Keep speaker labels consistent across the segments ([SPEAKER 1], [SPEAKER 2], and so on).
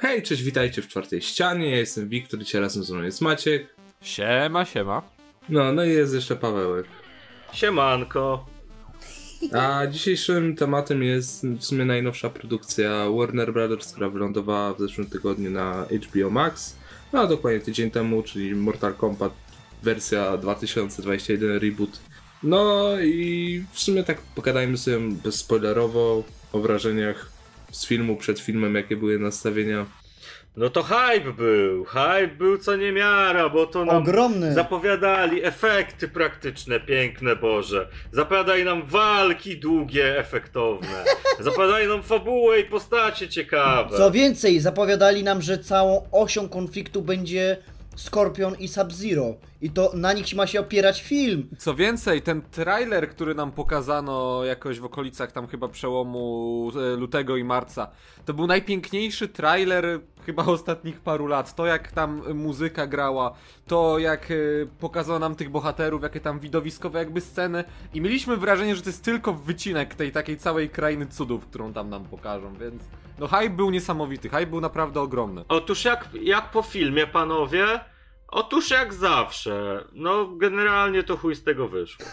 [SPEAKER 1] Hej, cześć, witajcie w czwartej ścianie, ja jestem Wiktor, dzisiaj razem ze mną jest Maciek.
[SPEAKER 2] Siema.
[SPEAKER 1] No i jest jeszcze Pawełek.
[SPEAKER 3] Siemanko.
[SPEAKER 1] A dzisiejszym tematem jest w sumie najnowsza produkcja Warner Brothers, która wylądowała w zeszłym tygodniu na HBO Max. No a dokładnie tydzień temu, czyli Mortal Kombat wersja 2021 Reboot. No i w sumie tak pogadajmy sobie bezspoilerowo o wrażeniach z filmu, przed filmem, jakie były nastawienia.
[SPEAKER 3] No to hype był co niemiara, bo to nam
[SPEAKER 4] ogromny.
[SPEAKER 3] Zapowiadali efekty praktyczne, piękne Boże. Zapowiadali nam walki długie, efektowne. Zapowiadali nam fabułę i postacie ciekawe.
[SPEAKER 4] Co więcej, zapowiadali nam, że całą osią konfliktu będzie Scorpion i Sub-Zero. I to na nich ma się opierać film.
[SPEAKER 2] Co więcej, ten trailer, który nam pokazano jakoś w okolicach tam chyba przełomu lutego i marca, to był najpiękniejszy trailer chyba ostatnich paru lat. To jak tam muzyka grała, to jak pokazano nam tych bohaterów, jakie tam widowiskowe jakby sceny i mieliśmy wrażenie, że to jest tylko wycinek tej takiej całej krainy cudów, którą tam nam pokażą, więc no hype był niesamowity, hype był naprawdę ogromny.
[SPEAKER 3] Otóż jak po filmie, panowie? Otóż jak zawsze. No generalnie to chuj z tego wyszło.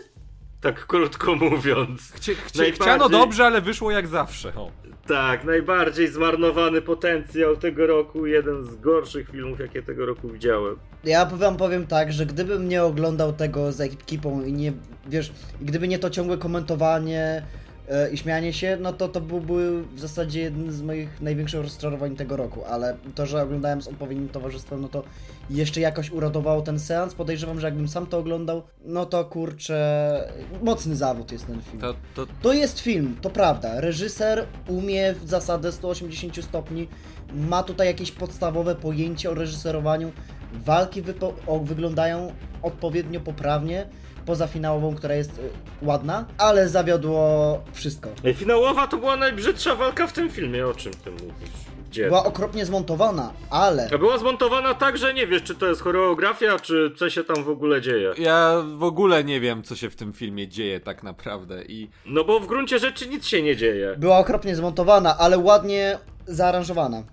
[SPEAKER 3] Tak krótko mówiąc.
[SPEAKER 2] Chciano dobrze, ale wyszło jak zawsze. O.
[SPEAKER 3] Tak, najbardziej zmarnowany potencjał tego roku. Jeden z gorszych filmów, jakie tego roku widziałem.
[SPEAKER 4] Ja wam powiem tak, że gdybym nie oglądał tego z ekipą i nie, wiesz, gdyby nie to ciągłe komentowanie i śmianie się, no to byłby w zasadzie jeden z moich największych rozczarowań tego roku, ale to, że oglądałem z odpowiednim towarzystwem, no to jeszcze jakoś uradowało ten seans. Podejrzewam, że jakbym sam to oglądał, no to kurczę, mocny zawód jest ten film. To jest film, to prawda. Reżyser umie w zasadę 180 stopni, ma tutaj jakieś podstawowe pojęcie o reżyserowaniu. Walki wyglądają odpowiednio poprawnie, poza finałową, która jest ładna, ale zawiodło wszystko.
[SPEAKER 3] Finałowa to była najbrzydsza walka w tym filmie, o czym ty mówisz? Gdzie?
[SPEAKER 4] Była okropnie zmontowana, ale...
[SPEAKER 3] Była zmontowana tak, że nie wiesz, czy to jest choreografia, czy co się tam w ogóle dzieje.
[SPEAKER 2] Ja w ogóle nie wiem, co się w tym filmie dzieje tak naprawdę i...
[SPEAKER 3] No bo w gruncie rzeczy nic się nie dzieje.
[SPEAKER 4] Była okropnie zmontowana, ale ładnie zaaranżowana.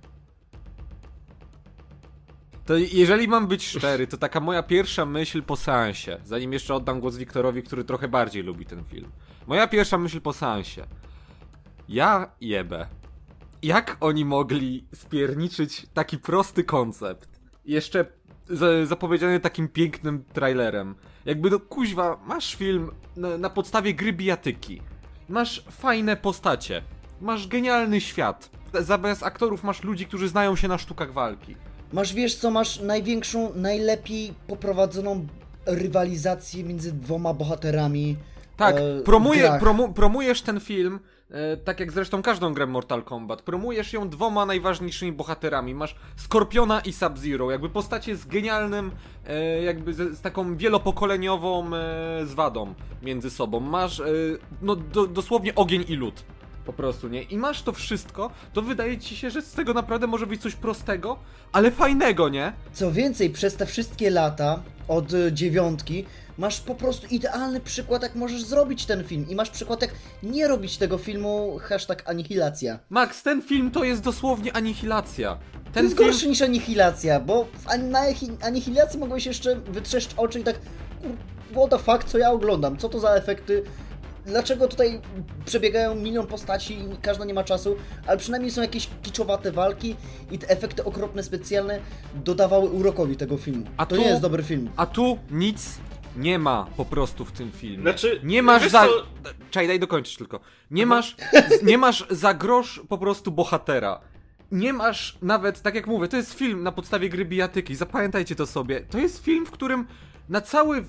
[SPEAKER 2] To jeżeli mam być szczery, to taka moja pierwsza myśl po seansie, zanim jeszcze oddam głos Wiktorowi, który trochę bardziej lubi ten film. Moja pierwsza myśl po seansie. Ja jebę. Jak oni mogli spierniczyć taki prosty koncept? Jeszcze zapowiedziany takim pięknym trailerem. Jakby no kuźwa, masz film na podstawie gry bijatyki. Masz fajne postacie. Masz genialny świat. Zamiast aktorów masz ludzi, którzy znają się na sztukach walki.
[SPEAKER 4] Masz, wiesz co, masz największą, najlepiej poprowadzoną rywalizację między dwoma bohaterami.
[SPEAKER 2] Tak, promujesz ten film, tak jak zresztą każdą grę Mortal Kombat, promujesz ją dwoma najważniejszymi bohaterami. Masz Scorpiona i Sub-Zero, jakby postacie z genialnym, jakby z taką wielopokoleniową zwadą między sobą. Masz dosłownie ogień i lód. Po prostu, nie? I masz to wszystko, to wydaje ci się, że z tego naprawdę może być coś prostego, ale fajnego, nie?
[SPEAKER 4] Co więcej, przez te wszystkie lata, od 9, masz po prostu idealny przykład, jak możesz zrobić ten film. I masz przykład, jak nie robić tego filmu, #anihilacja.
[SPEAKER 2] Max, ten film to jest dosłownie anihilacja.
[SPEAKER 4] To jest gorszy niż anihilacja, bo na anihilacji mogłeś jeszcze wytrzeszczyć oczy i tak, what the fuck, co ja oglądam, co to za efekty. Dlaczego tutaj przebiegają milion postaci i każda nie ma czasu, ale przynajmniej są jakieś kiczowate walki i te efekty okropne, specjalne dodawały urokowi tego filmu. To nie jest dobry film.
[SPEAKER 2] A tu nic nie ma po prostu w tym filmie.
[SPEAKER 3] Znaczy,
[SPEAKER 2] nie masz Czekaj, daj dokończyć tylko. Nie masz za grosz po prostu bohatera. Nie masz nawet, tak jak mówię, to jest film na podstawie gry bijatyki, zapamiętajcie to sobie. To jest film, w którym na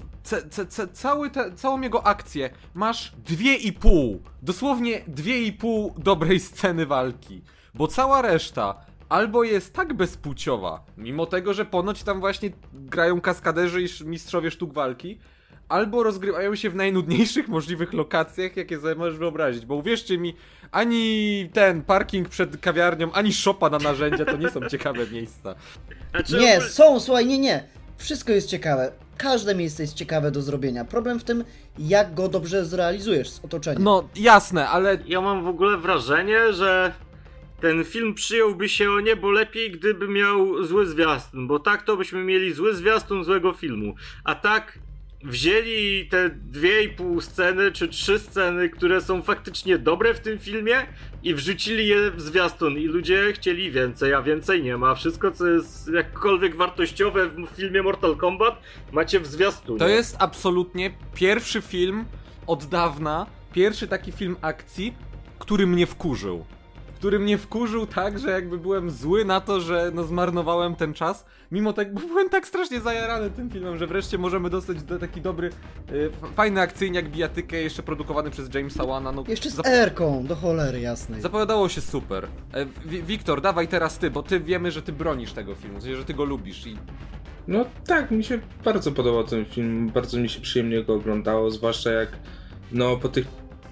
[SPEAKER 2] całą jego akcję masz 2,5, dosłownie 2,5 dobrej sceny walki. Bo cała reszta albo jest tak bezpłciowa, mimo tego, że ponoć tam właśnie grają kaskaderzy i mistrzowie sztuk walki, albo rozgrywają się w najnudniejszych możliwych lokacjach, jakie sobie możesz wyobrazić. Bo uwierzcie mi, ani ten parking przed kawiarnią, ani szopa na narzędzia to nie są ciekawe miejsca.
[SPEAKER 4] Nie, są, słuchaj, nie. Wszystko jest ciekawe. Każde miejsce jest ciekawe do zrobienia. Problem w tym, jak go dobrze zrealizujesz z otoczeniem.
[SPEAKER 2] No, jasne, ale...
[SPEAKER 3] Ja mam w ogóle wrażenie, że ten film przyjąłby się o niebo lepiej, gdyby miał zły zwiastun, bo tak to byśmy mieli zły zwiastun złego filmu. A tak wzięli te 2,5 sceny, czy 3 sceny, które są faktycznie dobre w tym filmie i wrzucili je w zwiastun i ludzie chcieli więcej, a więcej nie ma. Wszystko, co jest jakkolwiek wartościowe w filmie Mortal Kombat, macie w zwiastunie.
[SPEAKER 2] To jest absolutnie pierwszy film od dawna, pierwszy taki film akcji, który mnie wkurzył. Który mnie wkurzył tak, że jakby byłem zły na to, że no zmarnowałem ten czas. Mimo tak, bo byłem tak strasznie zajarany tym filmem, że wreszcie możemy dostać do taki dobry, fajny akcyjniak, bijatykę, jeszcze produkowany przez Jamesa Wana. No,
[SPEAKER 4] Jeszcze z Erką, do cholery jasnej.
[SPEAKER 2] zapowiadało się super. Wiktor, dawaj teraz ty, bo ty wiemy, że ty bronisz tego filmu, w sensie, że ty go lubisz i...
[SPEAKER 1] No tak, mi się bardzo podobał ten film, bardzo mi się przyjemnie go oglądało, zwłaszcza jak no po tych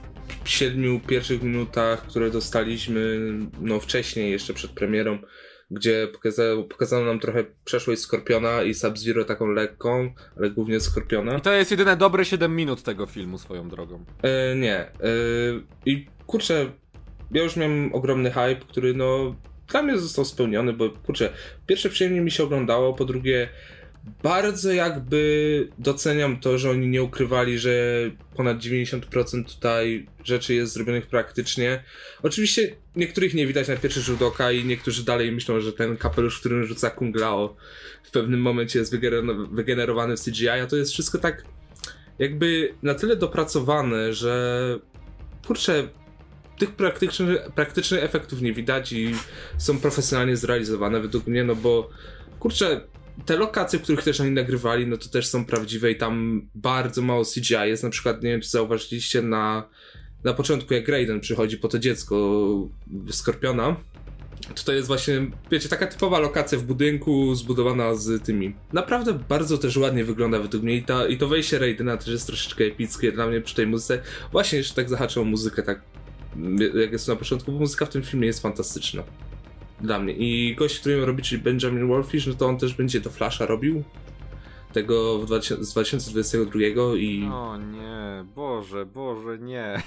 [SPEAKER 1] 7 pierwszych minutach, które dostaliśmy no wcześniej, jeszcze przed premierą, gdzie pokazano nam trochę przeszłość Skorpiona i Sub-Zero taką lekką, ale głównie Skorpiona.
[SPEAKER 2] I to jest jedyne dobre 7 minut tego filmu, swoją drogą.
[SPEAKER 1] Nie. I kurczę, ja już miałem ogromny hype, który no dla mnie został spełniony, bo kurczę, pierwsze przyjemnie mi się oglądało, po drugie bardzo jakby doceniam to, że oni nie ukrywali, że ponad 90% tutaj rzeczy jest zrobionych praktycznie. Oczywiście niektórych nie widać na pierwszy rzut oka i niektórzy dalej myślą, że ten kapelusz, którym rzuca Kung Lao w pewnym momencie jest wygenerowany w CGI, a to jest wszystko tak jakby na tyle dopracowane, że kurczę, tych praktycznych efektów nie widać i są profesjonalnie zrealizowane według mnie, no bo kurczę, te lokacje, w których też oni nagrywali, no to też są prawdziwe i tam bardzo mało CGI jest. Na przykład, nie wiem, czy zauważyliście na początku, jak Raiden przychodzi po to dziecko Skorpiona, to jest właśnie, wiecie, taka typowa lokacja w budynku zbudowana z tymi. Naprawdę bardzo też ładnie wygląda według mnie i to wejście Raidena też jest troszeczkę epickie dla mnie przy tej muzyce. Właśnie jeszcze tak zahaczę o muzykę, tak jak jest na początku, bo muzyka w tym filmie jest fantastyczna. Dla mnie. I gość, który ją robi, czyli Benjamin Wallfish, no to on też będzie do Flasha robił. Tego z 2022 i...
[SPEAKER 2] O nie, Boże, nie.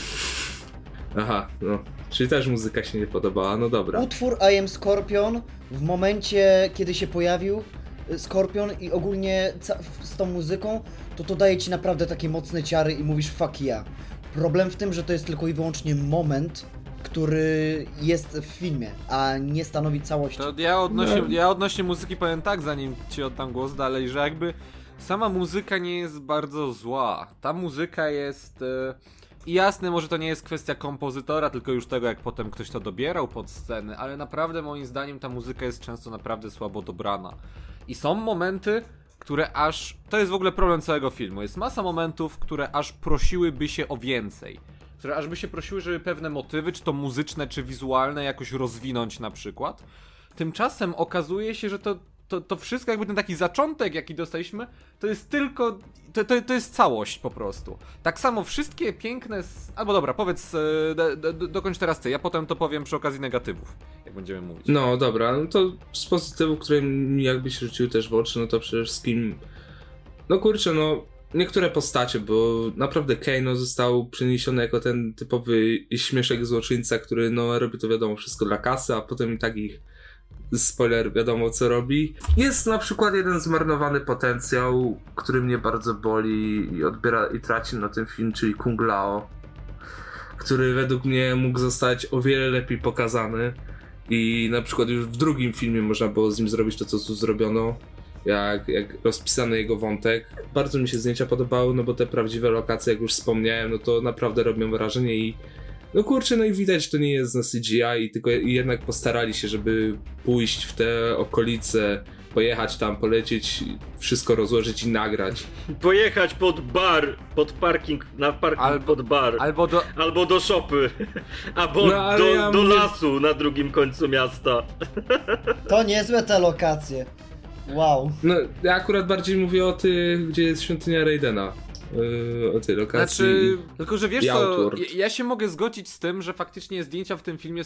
[SPEAKER 1] Aha, no. Czyli też muzyka się nie podobała, no dobra.
[SPEAKER 4] Utwór I Am Scorpion w momencie, kiedy się pojawił Scorpion i ogólnie z tą muzyką, to daje ci naprawdę takie mocne ciary i mówisz fuck yeah. Problem w tym, że to jest tylko i wyłącznie moment, który jest w filmie, a nie stanowi całości.
[SPEAKER 2] To ja odnośnie muzyki powiem tak, zanim ci oddam głos dalej, że jakby sama muzyka nie jest bardzo zła. Ta muzyka jest... I jasne, może to nie jest kwestia kompozytora, tylko już tego, jak potem ktoś to dobierał pod sceny, ale naprawdę moim zdaniem ta muzyka jest często naprawdę słabo dobrana. I są momenty, które aż... To jest w ogóle problem całego filmu. Jest masa momentów, które aż prosiłyby się o więcej. Które aż by się prosiły, żeby pewne motywy, czy to muzyczne, czy wizualne, jakoś rozwinąć na przykład. Tymczasem okazuje się, że to wszystko, jakby ten taki zaczątek, jaki dostaliśmy, to jest tylko... To jest całość po prostu. Tak samo wszystkie piękne... Albo dobra, powiedz, dokończ teraz ty, ja potem to powiem przy okazji negatywów, jak będziemy mówić.
[SPEAKER 1] No dobra, no to z pozytywów, które mi jakby się rzuciły też w oczy, no to przede wszystkim... No kurczę, no... Niektóre postacie, bo naprawdę Kano został przeniesiony jako ten typowy śmieszek złoczyńca, który no robi to wiadomo wszystko dla kasy, a potem i tak ich, spoiler, wiadomo co robi. Jest na przykład jeden zmarnowany potencjał, który mnie bardzo boli i odbiera i traci na tym film, czyli Kung Lao, który według mnie mógł zostać o wiele lepiej pokazany i na przykład już w drugim filmie można było z nim zrobić to, co tu zrobiono. Jak rozpisano jego wątek. Bardzo mi się zdjęcia podobały, no bo te prawdziwe lokacje, jak już wspomniałem, no to naprawdę robią wrażenie i no kurczę, no i widać, że to nie jest na CGI, tylko jednak postarali się, żeby pójść w te okolice, pojechać tam, polecieć, wszystko rozłożyć i nagrać.
[SPEAKER 3] Pojechać pod bar, pod parking, na parking pod bar. Albo do shopy. Albo do lasu na drugim końcu miasta.
[SPEAKER 4] To niezłe te lokacje. Wow.
[SPEAKER 1] No, ja akurat bardziej mówię o tych, gdzie jest świątynia Raidena. O tej lokacji.
[SPEAKER 2] Znaczy, tylko że wiesz co, ja się mogę zgodzić z tym, że faktycznie zdjęcia w tym filmie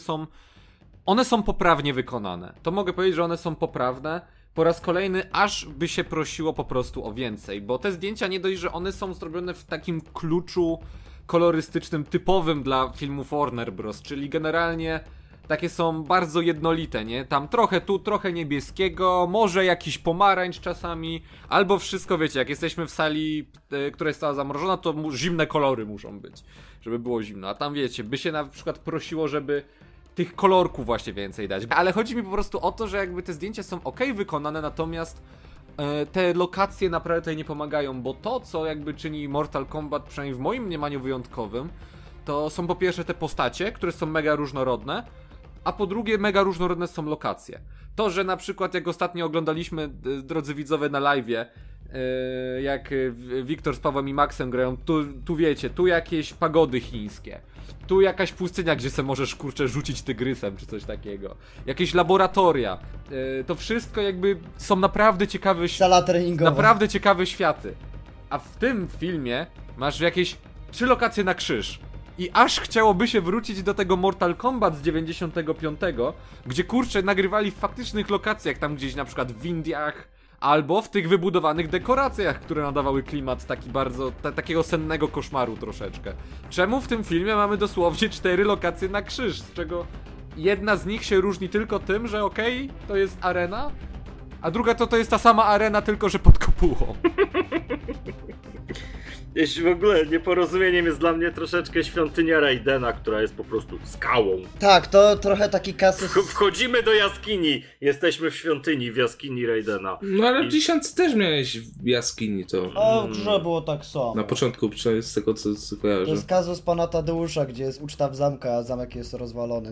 [SPEAKER 2] one są poprawnie wykonane. To mogę powiedzieć, że one są poprawne. Po raz kolejny aż by się prosiło po prostu o więcej, bo te zdjęcia nie dość, że one są zrobione w takim kluczu kolorystycznym typowym dla filmów Warner Bros., czyli generalnie takie są bardzo jednolite, nie? Tam trochę tu, trochę niebieskiego, może jakiś pomarańcz czasami, albo wszystko, wiecie, jak jesteśmy w sali, która jest cała zamrożona, to zimne kolory muszą być, żeby było zimno, a tam wiecie, by się na przykład prosiło, żeby tych kolorków właśnie więcej dać. Ale chodzi mi po prostu o to, że jakby te zdjęcia są okej wykonane, natomiast te lokacje naprawdę tutaj nie pomagają, bo to, co jakby czyni Mortal Kombat, przynajmniej w moim mniemaniu wyjątkowym, to są po pierwsze te postacie, które są mega różnorodne, a po drugie mega różnorodne są lokacje. To, że na przykład jak ostatnio oglądaliśmy, drodzy widzowie, na live'ie, jak Wiktor z Pawłem i Maxem grają, tu wiecie, tu jakieś pagody chińskie, tu jakaś pustynia, gdzie se możesz, kurczę, rzucić tygrysem, czy coś takiego. Jakieś laboratoria. To wszystko jakby są naprawdę ciekawe...
[SPEAKER 4] Sala treningowa.
[SPEAKER 2] Naprawdę ciekawe światy. A w tym filmie masz jakieś 3 lokacje na krzyż. I aż chciałoby się wrócić do tego Mortal Kombat z 95, gdzie, kurczę, nagrywali w faktycznych lokacjach, tam gdzieś na przykład w Indiach, albo w tych wybudowanych dekoracjach, które nadawały klimat taki bardzo, takiego sennego koszmaru troszeczkę. Czemu w tym filmie mamy dosłownie 4 lokacje na krzyż, z czego jedna z nich się różni tylko tym, że okej, to jest arena, a druga to jest ta sama arena, tylko że pod kopułą.
[SPEAKER 3] Jeśli w ogóle nieporozumieniem jest dla mnie troszeczkę świątynia Raidena, która jest po prostu skałą.
[SPEAKER 4] Tak, to trochę taki kasus...
[SPEAKER 3] Wchodzimy do jaskini, jesteśmy w świątyni, w jaskini Raidena.
[SPEAKER 1] No ale w 10 też miałeś w jaskini to.
[SPEAKER 4] O, w grze było tak samo.
[SPEAKER 1] Na początku, przynajmniej z tego co
[SPEAKER 4] To
[SPEAKER 1] kojarzę.
[SPEAKER 4] jest kazus pana Tadeusza, gdzie jest uczta w zamku, a zamek jest rozwalony.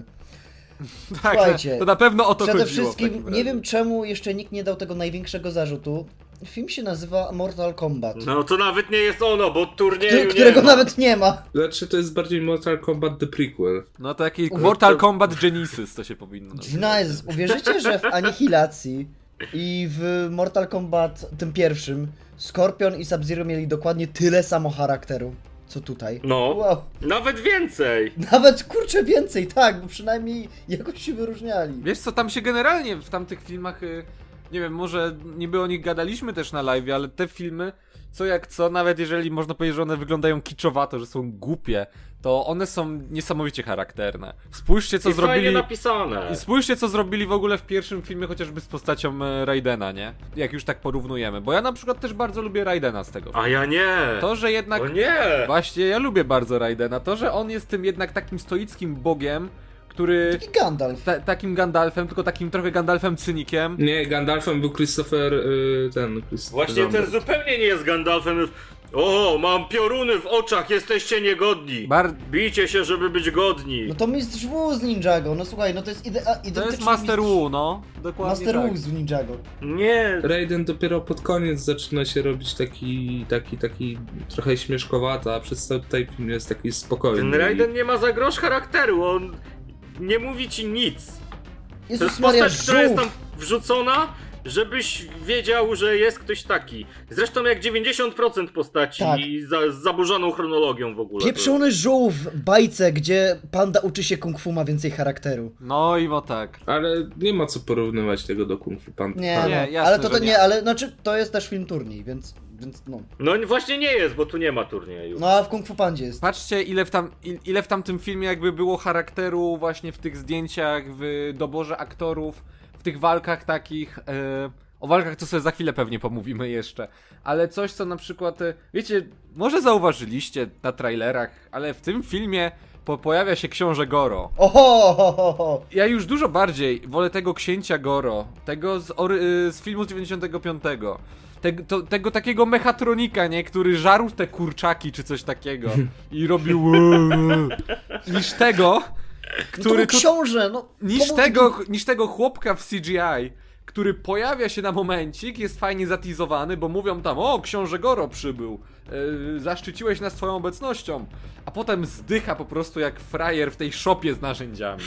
[SPEAKER 2] Tak,
[SPEAKER 4] Słuchajcie,
[SPEAKER 2] to na pewno o to
[SPEAKER 4] Przede
[SPEAKER 2] chodziło.
[SPEAKER 4] wszystkim, nie wiem czemu jeszcze nikt nie dał tego największego zarzutu. Film się nazywa Mortal Kombat.
[SPEAKER 3] No to nawet nie jest ono, bo turnieju
[SPEAKER 4] Którego
[SPEAKER 3] nie ma.
[SPEAKER 4] nawet nie ma.
[SPEAKER 1] Znaczy to jest bardziej Mortal Kombat The Prequel.
[SPEAKER 2] No taki Mortal Kombat Genesis to się powinno nazywać.
[SPEAKER 4] Nice. Uwierzycie, że w Anihilacji i w Mortal Kombat tym pierwszym Scorpion i Sub-Zero mieli dokładnie tyle samo charakteru, co tutaj.
[SPEAKER 3] No,
[SPEAKER 4] Wow.
[SPEAKER 3] nawet więcej.
[SPEAKER 4] Nawet kurczę więcej, tak, bo przynajmniej jakoś się wyróżniali.
[SPEAKER 2] Wiesz co, tam się generalnie w tamtych filmach, nie wiem, może niby o nich gadaliśmy też na live, ale te filmy, co jak co, nawet jeżeli można powiedzieć, że one wyglądają kiczowato, że są głupie, to one są niesamowicie charakterne. Spójrzcie co
[SPEAKER 3] I fajnie
[SPEAKER 2] zrobili...
[SPEAKER 3] napisane.
[SPEAKER 2] I spójrzcie co zrobili w ogóle w pierwszym filmie, chociażby z postacią Raidena, nie? Jak już tak porównujemy, bo ja na przykład też bardzo lubię Raidena z tego.
[SPEAKER 3] A ja nie.
[SPEAKER 2] To, że jednak...
[SPEAKER 3] O nie.
[SPEAKER 2] Właśnie, ja lubię bardzo Raidena. To, że on jest tym jednak takim stoickim bogiem, który...
[SPEAKER 4] Taki Gandalf.
[SPEAKER 2] Takim Gandalfem, tylko takim trochę Gandalfem cynikiem.
[SPEAKER 1] Nie, Gandalfem był Christopher, Christopher
[SPEAKER 3] Właśnie
[SPEAKER 1] Lambert.
[SPEAKER 3] ten zupełnie nie jest Gandalfem. O, mam pioruny w oczach, jesteście niegodni. Bijcie się, żeby być godni.
[SPEAKER 4] No to Mistrz Wu z Ninjago, no słuchaj, no to jest identyczny
[SPEAKER 2] To jest Master
[SPEAKER 4] mistrz...
[SPEAKER 2] Wu, no. Dokładnie
[SPEAKER 4] Master
[SPEAKER 2] tak.
[SPEAKER 4] Wu z Ninjago.
[SPEAKER 3] Nie.
[SPEAKER 1] Raiden dopiero pod koniec zaczyna się robić taki trochę śmieszkowata, a przez cały tutaj film jest taki spokojny.
[SPEAKER 3] Ten Raiden nie ma za grosz charakteru, on nie mówi ci nic. To
[SPEAKER 4] Jezus
[SPEAKER 3] jest
[SPEAKER 4] Maria,
[SPEAKER 3] postać, która jest tam
[SPEAKER 4] żółw!
[SPEAKER 3] wrzucona, żebyś wiedział, że jest ktoś taki. Zresztą jak 90% postaci
[SPEAKER 4] Tak.
[SPEAKER 3] z zaburzoną chronologią w ogóle.
[SPEAKER 4] Pieprzony żółw w bajce, gdzie panda uczy się kung fu, ma więcej charakteru.
[SPEAKER 2] No i bo tak.
[SPEAKER 1] Ale nie ma co porównywać tego do Kung Fu Panda.
[SPEAKER 4] Nie,
[SPEAKER 2] Nie,
[SPEAKER 4] no,
[SPEAKER 2] jasne,
[SPEAKER 4] ale to
[SPEAKER 2] że
[SPEAKER 4] nie,
[SPEAKER 2] nie.
[SPEAKER 4] ale znaczy to jest też film turniej, więc no.
[SPEAKER 3] No właśnie nie jest, bo tu nie ma turnieju.
[SPEAKER 4] No a w Kung Fu Pandzie jest.
[SPEAKER 2] Patrzcie ile w tamtym filmie jakby było charakteru właśnie w tych zdjęciach, w doborze aktorów, w tych walkach takich... O walkach to sobie za chwilę pewnie pomówimy jeszcze. Ale coś co na przykład... Wiecie, może zauważyliście na trailerach, ale w tym filmie pojawia się książę Goro.
[SPEAKER 4] Oho, ho, ho, ho.
[SPEAKER 2] Ja już dużo bardziej wolę tego księcia Goro, tego z filmu z 95. Tego takiego mechatronika, nie? Który żarł te kurczaki czy coś takiego i robił niż tego, który
[SPEAKER 4] No to książę, no.
[SPEAKER 2] niż tego chłopka w CGI, który pojawia się na momencik, jest fajnie zatizowany, bo mówią tam, o, książę Goro przybył, zaszczyciłeś nas swoją obecnością, a potem zdycha po prostu jak frajer w tej szopie z narzędziami.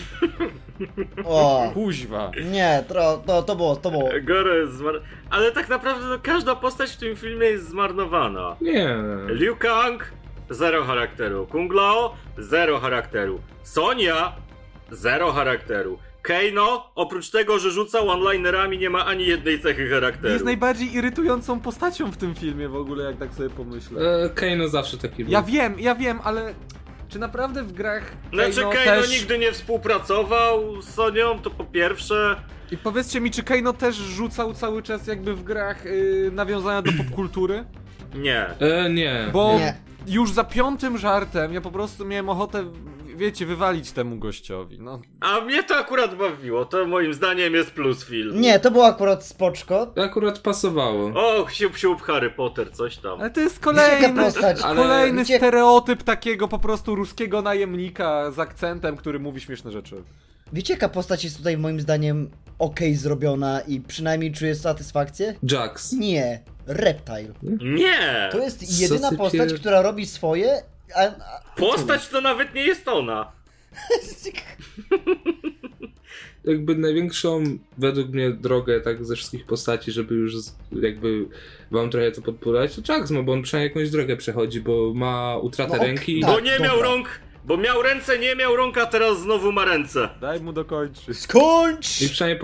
[SPEAKER 4] O,
[SPEAKER 2] Kuźwa.
[SPEAKER 4] nie, to było.
[SPEAKER 3] Goro jest ale tak naprawdę no, każda postać w tym filmie jest zmarnowana.
[SPEAKER 1] Nie.
[SPEAKER 3] Liu Kang, zero charakteru. Kung Lao, zero charakteru. Sonia, zero charakteru. Keino, oprócz tego, że rzuca one-linerami, nie ma ani jednej cechy charakteru.
[SPEAKER 2] Jest najbardziej irytującą postacią w tym filmie w ogóle, jak tak sobie pomyślę.
[SPEAKER 1] Kano zawsze taki był.
[SPEAKER 2] Ja wiem, ale czy naprawdę w grach
[SPEAKER 3] Znaczy
[SPEAKER 2] Kano
[SPEAKER 3] Kano
[SPEAKER 2] też...
[SPEAKER 3] nigdy nie współpracował z Sonią, to po pierwsze.
[SPEAKER 2] I powiedzcie mi, czy Kano też rzucał cały czas jakby w grach nawiązania do popkultury?
[SPEAKER 3] Nie.
[SPEAKER 1] Nie.
[SPEAKER 2] Bo
[SPEAKER 4] Nie.
[SPEAKER 2] już za 5. żartem ja po prostu miałem ochotę, wiecie, wywalić temu gościowi, no.
[SPEAKER 3] A mnie to akurat bawiło, to moim zdaniem jest plus film.
[SPEAKER 4] Nie, to było akurat spoczko.
[SPEAKER 1] To akurat pasowało.
[SPEAKER 3] O, siup Harry Potter, coś tam.
[SPEAKER 2] Ale to jest
[SPEAKER 4] Wiecie,
[SPEAKER 2] kolejny,
[SPEAKER 4] jaka postać?
[SPEAKER 2] kolejny
[SPEAKER 4] Wiecie-
[SPEAKER 2] stereotyp takiego po prostu ruskiego najemnika z akcentem, który mówi śmieszne rzeczy.
[SPEAKER 4] Wiecie, jaka postać jest tutaj moim zdaniem okej zrobiona i przynajmniej czuje satysfakcję?
[SPEAKER 1] Jax.
[SPEAKER 4] Nie, Reptile.
[SPEAKER 3] Nie!
[SPEAKER 4] To jest jedyna
[SPEAKER 1] Co ty
[SPEAKER 4] postać, która robi swoje, a
[SPEAKER 3] Postać to nawet nie jest ona.
[SPEAKER 1] Jakby największą według mnie drogę tak ze wszystkich postaci, żeby już jakby wam trochę to podpulać, to Jax ma, bo on przynajmniej jakąś drogę przechodzi, bo ma utratę
[SPEAKER 4] No,
[SPEAKER 1] ręki.
[SPEAKER 4] tak.
[SPEAKER 3] Bo nie miał
[SPEAKER 4] dobra.
[SPEAKER 3] rąk, bo miał ręce, nie miał rąk, a teraz znowu ma ręce.
[SPEAKER 2] Daj mu dokończyć.
[SPEAKER 4] Skończ!
[SPEAKER 1] I przynajmniej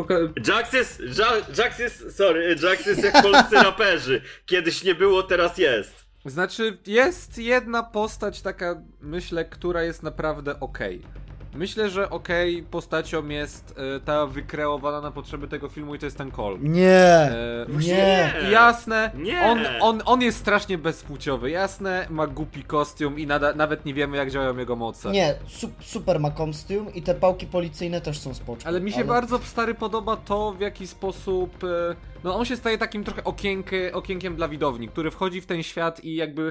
[SPEAKER 3] Jax jest jak polscy raperzy. Kiedyś nie było, teraz jest.
[SPEAKER 2] Znaczy, jest jedna postać taka, myślę, która jest naprawdę okej. Myślę, że postacią jest ta wykreowana na potrzeby tego filmu i to jest ten Cole.
[SPEAKER 4] Nie,
[SPEAKER 3] Właśnie
[SPEAKER 4] nie.
[SPEAKER 2] I jasne,
[SPEAKER 3] Nie.
[SPEAKER 2] on jest strasznie bezpłciowy, jasne, ma głupi kostium i nawet nie wiemy jak działają jego moce.
[SPEAKER 4] Nie, super ma kostium i te pałki policyjne też są spoczko.
[SPEAKER 2] Ale mi się bardzo, stary, podoba to, w jaki sposób... No on się staje takim trochę okienkiem dla widowni, który wchodzi w ten świat i jakby...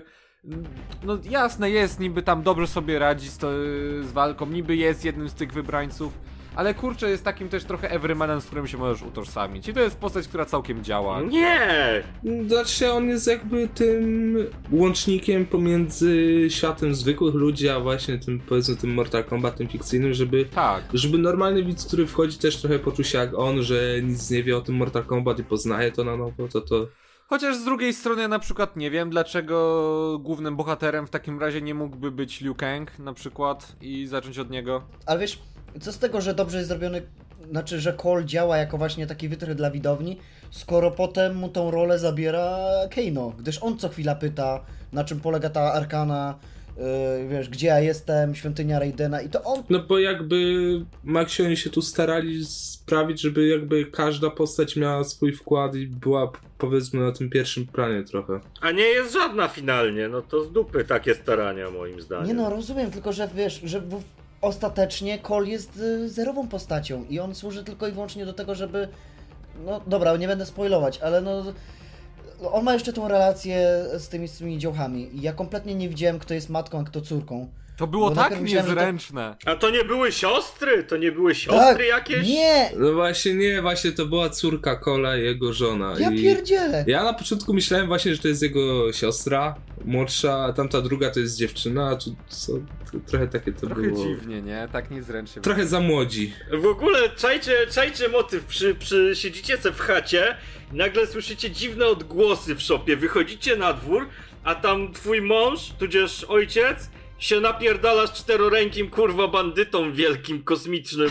[SPEAKER 2] No jasne, jest, niby tam dobrze sobie radzi z walką, niby jest jednym z tych wybrańców, ale kurczę, jest takim też trochę everymanem, z którym się możesz utożsamić. I to jest postać, która całkiem działa.
[SPEAKER 3] Nie!
[SPEAKER 1] Znaczy on jest jakby tym łącznikiem pomiędzy światem zwykłych ludzi, a właśnie tym, powiedzmy, tym Mortal Kombatem fikcyjnym,
[SPEAKER 2] Tak.
[SPEAKER 1] żeby normalny widz, który wchodzi, też trochę poczuł się jak on, że nic nie wie o tym Mortal Kombat i poznaje to na nowo, to...
[SPEAKER 2] Chociaż z drugiej strony ja na przykład nie wiem, dlaczego głównym bohaterem w takim razie nie mógłby być Liu Kang na przykład i zacząć od niego.
[SPEAKER 4] Ale wiesz, co z tego, że dobrze jest zrobiony, znaczy, że Cole działa jako właśnie taki wytrych dla widowni, skoro potem mu tą rolę zabiera Kano, gdyż on co chwila pyta, na czym polega ta arkana, wiesz, gdzie ja jestem, świątynia Raidena i to on...
[SPEAKER 1] No bo jakby Maxi oni się tu starali sprawić, żeby jakby każda postać miała swój wkład i była, powiedzmy, na tym pierwszym planie trochę.
[SPEAKER 3] A nie jest żadna finalnie, no to z dupy takie starania moim zdaniem.
[SPEAKER 4] Nie no, rozumiem, tylko że wiesz, że ostatecznie Cole jest zerową postacią i on służy tylko i wyłącznie do tego, żeby... No dobra, nie będę spoilować, ale no... On ma jeszcze tą relację z tymi dziołchami i ja kompletnie nie widziałem, kto jest matką, a kto córką.
[SPEAKER 2] To było
[SPEAKER 4] Bo
[SPEAKER 2] tak
[SPEAKER 4] najpierw myślałem, że to-
[SPEAKER 2] niezręczne.
[SPEAKER 3] A to nie były siostry? To nie były siostry jakieś?
[SPEAKER 4] Nie!
[SPEAKER 1] No właśnie nie, właśnie to była córka Cola i jego żona.
[SPEAKER 4] Ja
[SPEAKER 1] i
[SPEAKER 4] pierdzielę!
[SPEAKER 1] ja na początku myślałem właśnie, że to jest jego siostra młodsza, a tamta druga to jest dziewczyna, a tu trochę takie to
[SPEAKER 2] Trochę
[SPEAKER 1] było.
[SPEAKER 2] dziwnie, nie? Tak niezręcznie.
[SPEAKER 1] Trochę za młodzi.
[SPEAKER 3] W ogóle czajcie motyw, siedzicie se w chacie, nagle słyszycie dziwne odgłosy w szopie, wychodzicie na dwór, a tam twój mąż, tudzież ojciec, się napierdala z czterorękim kurwa bandytą wielkim, kosmicznym.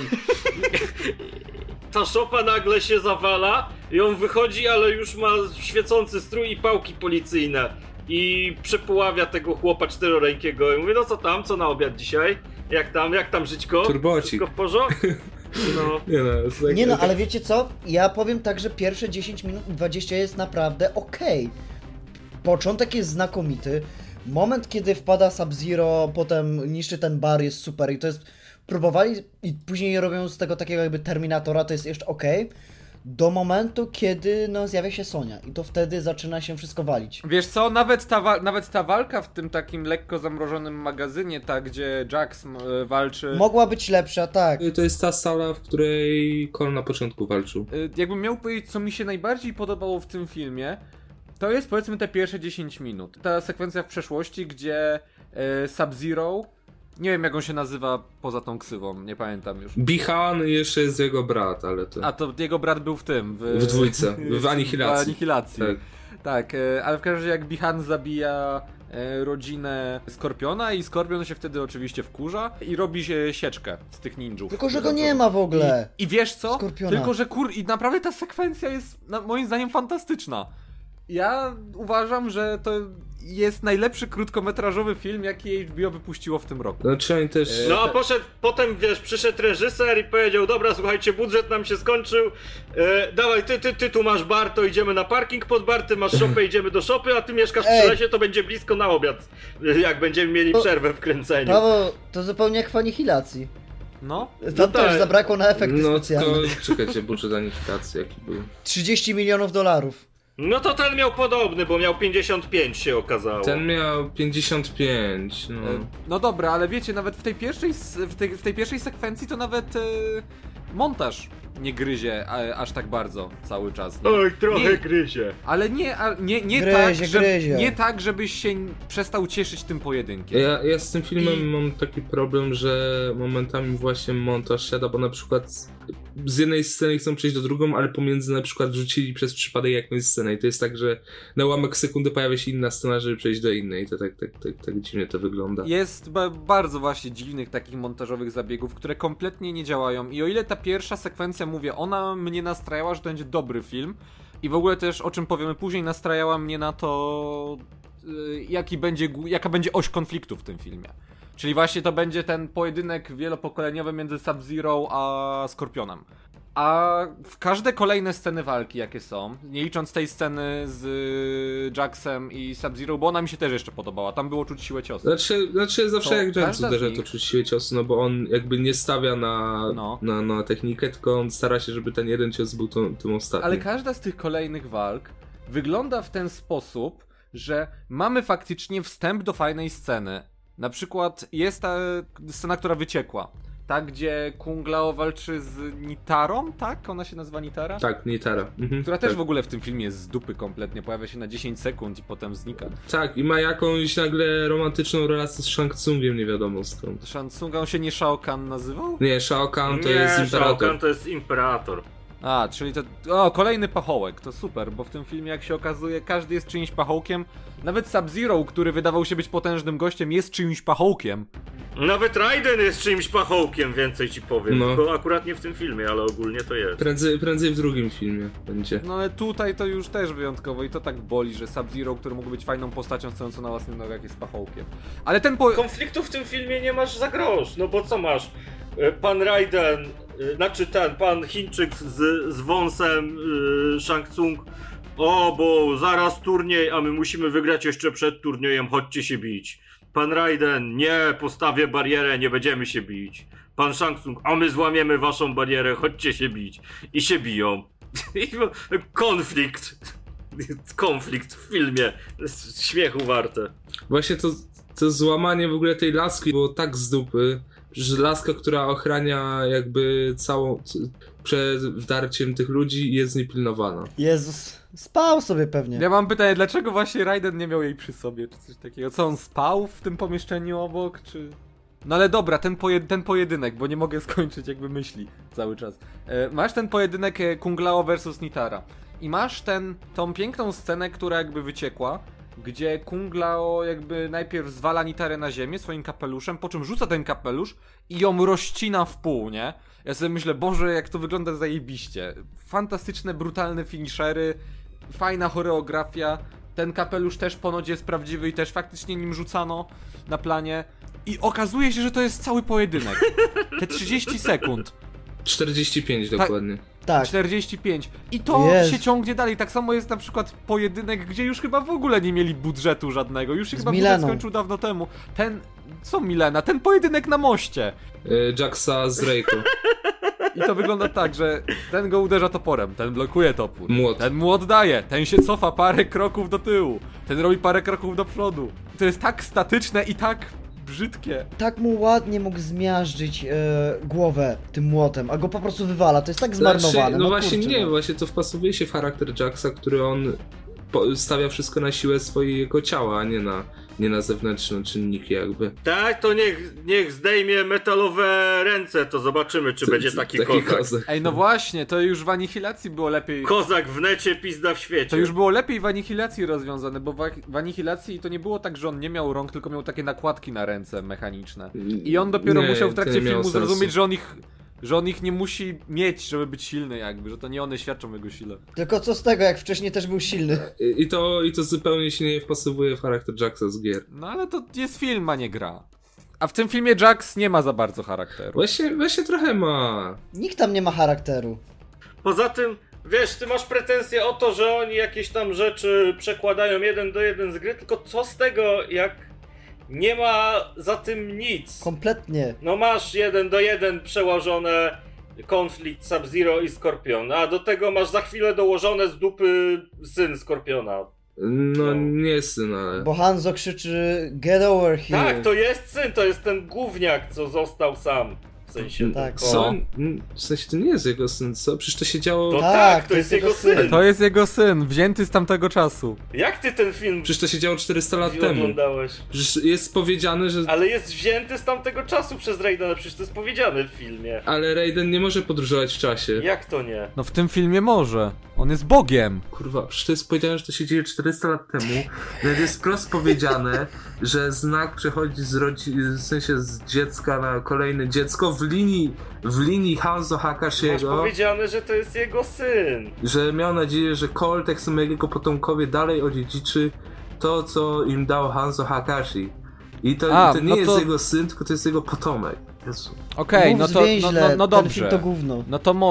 [SPEAKER 3] Ta szopa nagle się zawala i on wychodzi, ale już ma świecący strój i pałki policyjne. I przepoławia tego chłopa czterorękiego i mówi, no co tam, co na obiad dzisiaj? Jak tam żyćko?
[SPEAKER 1] Turbocik.
[SPEAKER 3] Wszystko w porządku? No.
[SPEAKER 4] Nie no, ale wiecie co? Ja powiem tak, że pierwsze 10 minut 20 jest naprawdę okej. Początek jest znakomity. Moment, kiedy wpada Sub-Zero, potem niszczy ten bar, jest super i to jest... Próbowali i później robią z tego takiego jakby Terminatora, to jest jeszcze okej. Do momentu, kiedy no zjawia się Sonia i to wtedy zaczyna się wszystko walić.
[SPEAKER 2] Wiesz co, nawet ta walka w tym takim lekko zamrożonym magazynie, tak, gdzie Jax walczy...
[SPEAKER 4] Mogła być lepsza, tak.
[SPEAKER 1] To jest ta sala, w której Cole na początku walczył.
[SPEAKER 2] Jakbym miał powiedzieć, co mi się najbardziej podobało w tym filmie, to jest powiedzmy te pierwsze 10 minut. Ta sekwencja w przeszłości, gdzie Sub-Zero, nie wiem jak on się nazywa poza tą ksywą, nie pamiętam już.
[SPEAKER 1] Bihan jeszcze jest jego brat, ale to...
[SPEAKER 2] A to jego brat był w tym.
[SPEAKER 1] W dwójce, w Anihilacji.
[SPEAKER 2] W Anihilacji.
[SPEAKER 1] Tak.
[SPEAKER 2] Tak, ale w każdym razie jak Bihan zabija rodzinę Skorpiona i Skorpion się wtedy oczywiście wkurza i robi sieczkę z tych ninjów.
[SPEAKER 4] Tylko, że go nie ma w ogóle.
[SPEAKER 2] I wiesz co?
[SPEAKER 4] Skorpiona.
[SPEAKER 2] Tylko, że i naprawdę ta sekwencja jest moim zdaniem fantastyczna. Ja uważam, że to jest najlepszy krótkometrażowy film, jaki HBO wypuściło w tym roku.
[SPEAKER 1] Znaczy oni też...
[SPEAKER 3] No a potem przyszedł reżyser i powiedział, dobra, słuchajcie, budżet nam się skończył, dawaj, ty tu masz bar, to idziemy na parking pod bar, ty masz szopę, idziemy do szopy, a ty mieszkasz przy lesie, to będzie blisko na obiad, jak będziemy mieli przerwę w kręceniu.
[SPEAKER 4] Prawo, to zupełnie jak w Anihilacji.
[SPEAKER 2] No.
[SPEAKER 4] Tam też zabrakło na efekty specjalne.
[SPEAKER 1] No to czekajcie, budżet Anihitacji jaki był.
[SPEAKER 4] $30 milionów.
[SPEAKER 3] No to ten miał podobny, bo miał 55 się okazało.
[SPEAKER 1] Ten miał 55, no.
[SPEAKER 2] No dobra, ale wiecie, nawet w tej pierwszej sekwencji to nawet montaż nie gryzie aż tak bardzo cały czas. Nie?
[SPEAKER 3] Oj, trochę
[SPEAKER 2] nie,
[SPEAKER 3] gryzie.
[SPEAKER 2] ale nie tak, żebyś się przestał cieszyć tym pojedynkiem.
[SPEAKER 1] Ja z tym filmem mam taki problem, że momentami właśnie montaż siada, bo na przykład z jednej sceny chcą przejść do drugą, ale pomiędzy na przykład wrzucili przez przypadek jakąś scenę i to jest tak, że na ułamek sekundy pojawia się inna scena, żeby przejść do innej. To tak dziwnie to wygląda.
[SPEAKER 2] Jest bardzo właśnie dziwnych takich montażowych zabiegów, które kompletnie nie działają i o ile ta pierwsza sekwencja, mówię, ona mnie nastrajała, że to będzie dobry film i w ogóle też, o czym powiemy później, nastrajała mnie na to, jaka będzie oś konfliktu w tym filmie. Czyli właśnie to będzie ten pojedynek wielopokoleniowy między Sub-Zero a Skorpionem. A w każde kolejne sceny walki, jakie są, nie licząc tej sceny z Jaxem i Sub-Zero, bo ona mi się też jeszcze podobała, tam było czuć siłę ciosu.
[SPEAKER 1] Znaczy zawsze
[SPEAKER 2] To
[SPEAKER 1] jak Jax uderza, to
[SPEAKER 2] nich...
[SPEAKER 1] czuć siłę ciosu, no bo on jakby nie stawia na technikę, tylko on stara się, żeby ten jeden cios był tym ostatnim.
[SPEAKER 2] Ale każda z tych kolejnych walk wygląda w ten sposób, że mamy faktycznie wstęp do fajnej sceny. Na przykład jest ta scena, która wyciekła. Tak, gdzie Kung Lao walczy z Nitarą, tak? Ona się nazywa Nitara?
[SPEAKER 1] Tak, Nitara.
[SPEAKER 2] Która też w ogóle w tym filmie jest z dupy kompletnie. Pojawia się na 10 sekund i potem znika.
[SPEAKER 1] Tak, i ma jakąś nagle romantyczną relację z Shang Tsungiem, nie wiadomo skąd.
[SPEAKER 2] Shang Tsung, on się nie Shao Kahn nazywał?
[SPEAKER 1] Nie, Shao Kahn to jest imperator.
[SPEAKER 3] Shao Kahn to jest imperator.
[SPEAKER 2] A, czyli to... O, kolejny pachołek, to super, bo w tym filmie, jak się okazuje, każdy jest czyimś pachołkiem. Nawet Sub-Zero, który wydawał się być potężnym gościem, jest czyimś pachołkiem.
[SPEAKER 3] Nawet Raiden jest czyimś pachołkiem, więcej ci powiem.
[SPEAKER 1] No.
[SPEAKER 3] Tylko akurat nie w tym filmie, ale ogólnie to jest.
[SPEAKER 1] Prędzej w drugim filmie będzie.
[SPEAKER 2] No ale tutaj to już też wyjątkowo i to tak boli, że Sub-Zero, który mógł być fajną postacią stojącą na własnych nogach, jest pachołkiem. Ale ten
[SPEAKER 3] Konfliktu w tym filmie nie masz za grosz, no bo co masz? Pan Raiden, pan Chińczyk z wąsem, Shang Tsung. O, bo zaraz turniej, a my musimy wygrać jeszcze przed turniejem, chodźcie się bić. Pan Raiden, nie, postawię barierę, nie będziemy się bić. Pan Shang Tsung, a my złamiemy waszą barierę, chodźcie się bić. I się biją. Konflikt w filmie. Śmiechu warte.
[SPEAKER 1] Właśnie to złamanie w ogóle tej laski było tak z dupy, że laska, która ochrania jakby przed wdarciem tych ludzi, jest niepilnowana.
[SPEAKER 4] Jezus, spał sobie pewnie.
[SPEAKER 2] Ja mam pytanie, dlaczego właśnie Raiden nie miał jej przy sobie, czy coś takiego? Co, on spał w tym pomieszczeniu obok, czy... No ale dobra, ten pojedynek, bo nie mogę skończyć jakby myśli cały czas. Masz ten pojedynek Kung Lao vs Nitara i masz tą piękną scenę, która jakby wyciekła, gdzie Kung Lao jakby najpierw zwala Nitarę na ziemię swoim kapeluszem, po czym rzuca ten kapelusz i ją rozcina w pół, nie? Ja sobie myślę, Boże, jak to wygląda zajebiście. Fantastyczne, brutalne finishery, fajna choreografia. Ten kapelusz też ponoć jest prawdziwy i też faktycznie nim rzucano na planie. I okazuje się, że to jest cały pojedynek. Te 30 sekund.
[SPEAKER 1] 45 dokładnie.
[SPEAKER 4] Tak.
[SPEAKER 2] 45. I to się ciągnie dalej. Tak samo jest na przykład pojedynek, gdzie już chyba w ogóle nie mieli budżetu żadnego. Już się chyba budżet skończył dawno temu. Co Milena? Ten pojedynek na moście.
[SPEAKER 1] Jaxa z Reiko.
[SPEAKER 2] I to wygląda tak, że ten go uderza toporem, ten blokuje topór.
[SPEAKER 1] Młot.
[SPEAKER 2] Ten młot daje, ten się cofa parę kroków do tyłu, ten robi parę kroków do przodu. To jest tak statyczne i tak brzydkie.
[SPEAKER 4] Tak mu ładnie mógł zmiażdżyć głowę tym młotem, a go po prostu wywala. To jest tak zmarnowane.
[SPEAKER 1] No właśnie kurczę, nie, właśnie to wpasowuje się w charakter Jaxa, który on stawia wszystko na siłę swojego ciała, a nie na zewnętrzne czynniki jakby.
[SPEAKER 3] Tak, to niech zdejmie metalowe ręce, to zobaczymy, czy będzie taki kozak.
[SPEAKER 2] Ej, no właśnie, to już w Anihilacji było lepiej.
[SPEAKER 3] Kozak w necie, pizda w świecie.
[SPEAKER 2] To już było lepiej w Anihilacji rozwiązane, bo w Anihilacji to nie było tak, że on nie miał rąk, tylko miał takie nakładki na ręce mechaniczne. I on dopiero musiał w trakcie filmu zrozumieć, Że on ich nie musi mieć, żeby być silny jakby, że to nie one świadczą o jego sile.
[SPEAKER 4] Tylko co z tego, jak wcześniej też był silny.
[SPEAKER 1] I to zupełnie się nie wpasowuje w charakter Jaxa z gier.
[SPEAKER 2] No ale to jest film, a nie gra. A w tym filmie Jax nie ma za bardzo charakteru.
[SPEAKER 1] Właśnie trochę ma.
[SPEAKER 4] Nikt tam nie ma charakteru.
[SPEAKER 3] Poza tym, wiesz, ty masz pretensje o to, że oni jakieś tam rzeczy przekładają 1:1 z gry, tylko co z tego, jak nie ma za tym nic.
[SPEAKER 4] Kompletnie.
[SPEAKER 3] No masz 1:1 przełożone konflikt Sub-Zero i Skorpiona, a do tego masz za chwilę dołożone z dupy syn Skorpiona.
[SPEAKER 1] No nie syn, ale...
[SPEAKER 4] Bo Hanzo krzyczy get over here.
[SPEAKER 3] Tak, to jest syn, to jest ten gówniak, co został sam. W sensie
[SPEAKER 4] Tak.
[SPEAKER 3] tylko-
[SPEAKER 1] Co? W sensie to nie jest jego syn, co? Przecież to się działo...
[SPEAKER 3] To
[SPEAKER 4] Tak,
[SPEAKER 3] tak, to jest jego syn.
[SPEAKER 2] To jest jego syn, wzięty z tamtego czasu.
[SPEAKER 3] Jak ty ten film
[SPEAKER 1] Przecież to się działo 400 lat temu.
[SPEAKER 3] oglądałeś?
[SPEAKER 1] Przecież jest powiedziane, że...
[SPEAKER 3] Ale jest wzięty z tamtego czasu przez Raidena, przecież to jest powiedziane w filmie.
[SPEAKER 1] Ale Raiden nie może podróżować w czasie.
[SPEAKER 3] Jak to nie?
[SPEAKER 2] No w tym filmie może. On jest Bogiem.
[SPEAKER 1] Kurwa, przecież to jest powiedziane, że to się dzieje 400 lat temu. Nawet jest wprost powiedziane, że znak przechodzi w sensie z dziecka na kolejne dziecko w linii Hanzo
[SPEAKER 3] Masz
[SPEAKER 1] Hakashiego,
[SPEAKER 3] powiedziane, że to jest jego syn.
[SPEAKER 1] że miał nadzieję, że Colt, tak samo jak jego potomkowie, dalej odziedziczy to, co im dał Hanzo Hakashi. I to nie
[SPEAKER 2] no
[SPEAKER 1] jest
[SPEAKER 2] to-
[SPEAKER 1] jego syn, tylko to jest jego potomek. Jezu.
[SPEAKER 2] Okej,
[SPEAKER 4] Mów
[SPEAKER 2] no to
[SPEAKER 4] zwięźle,
[SPEAKER 2] no
[SPEAKER 4] ten
[SPEAKER 2] dobrze.
[SPEAKER 4] film to gówno.
[SPEAKER 2] No to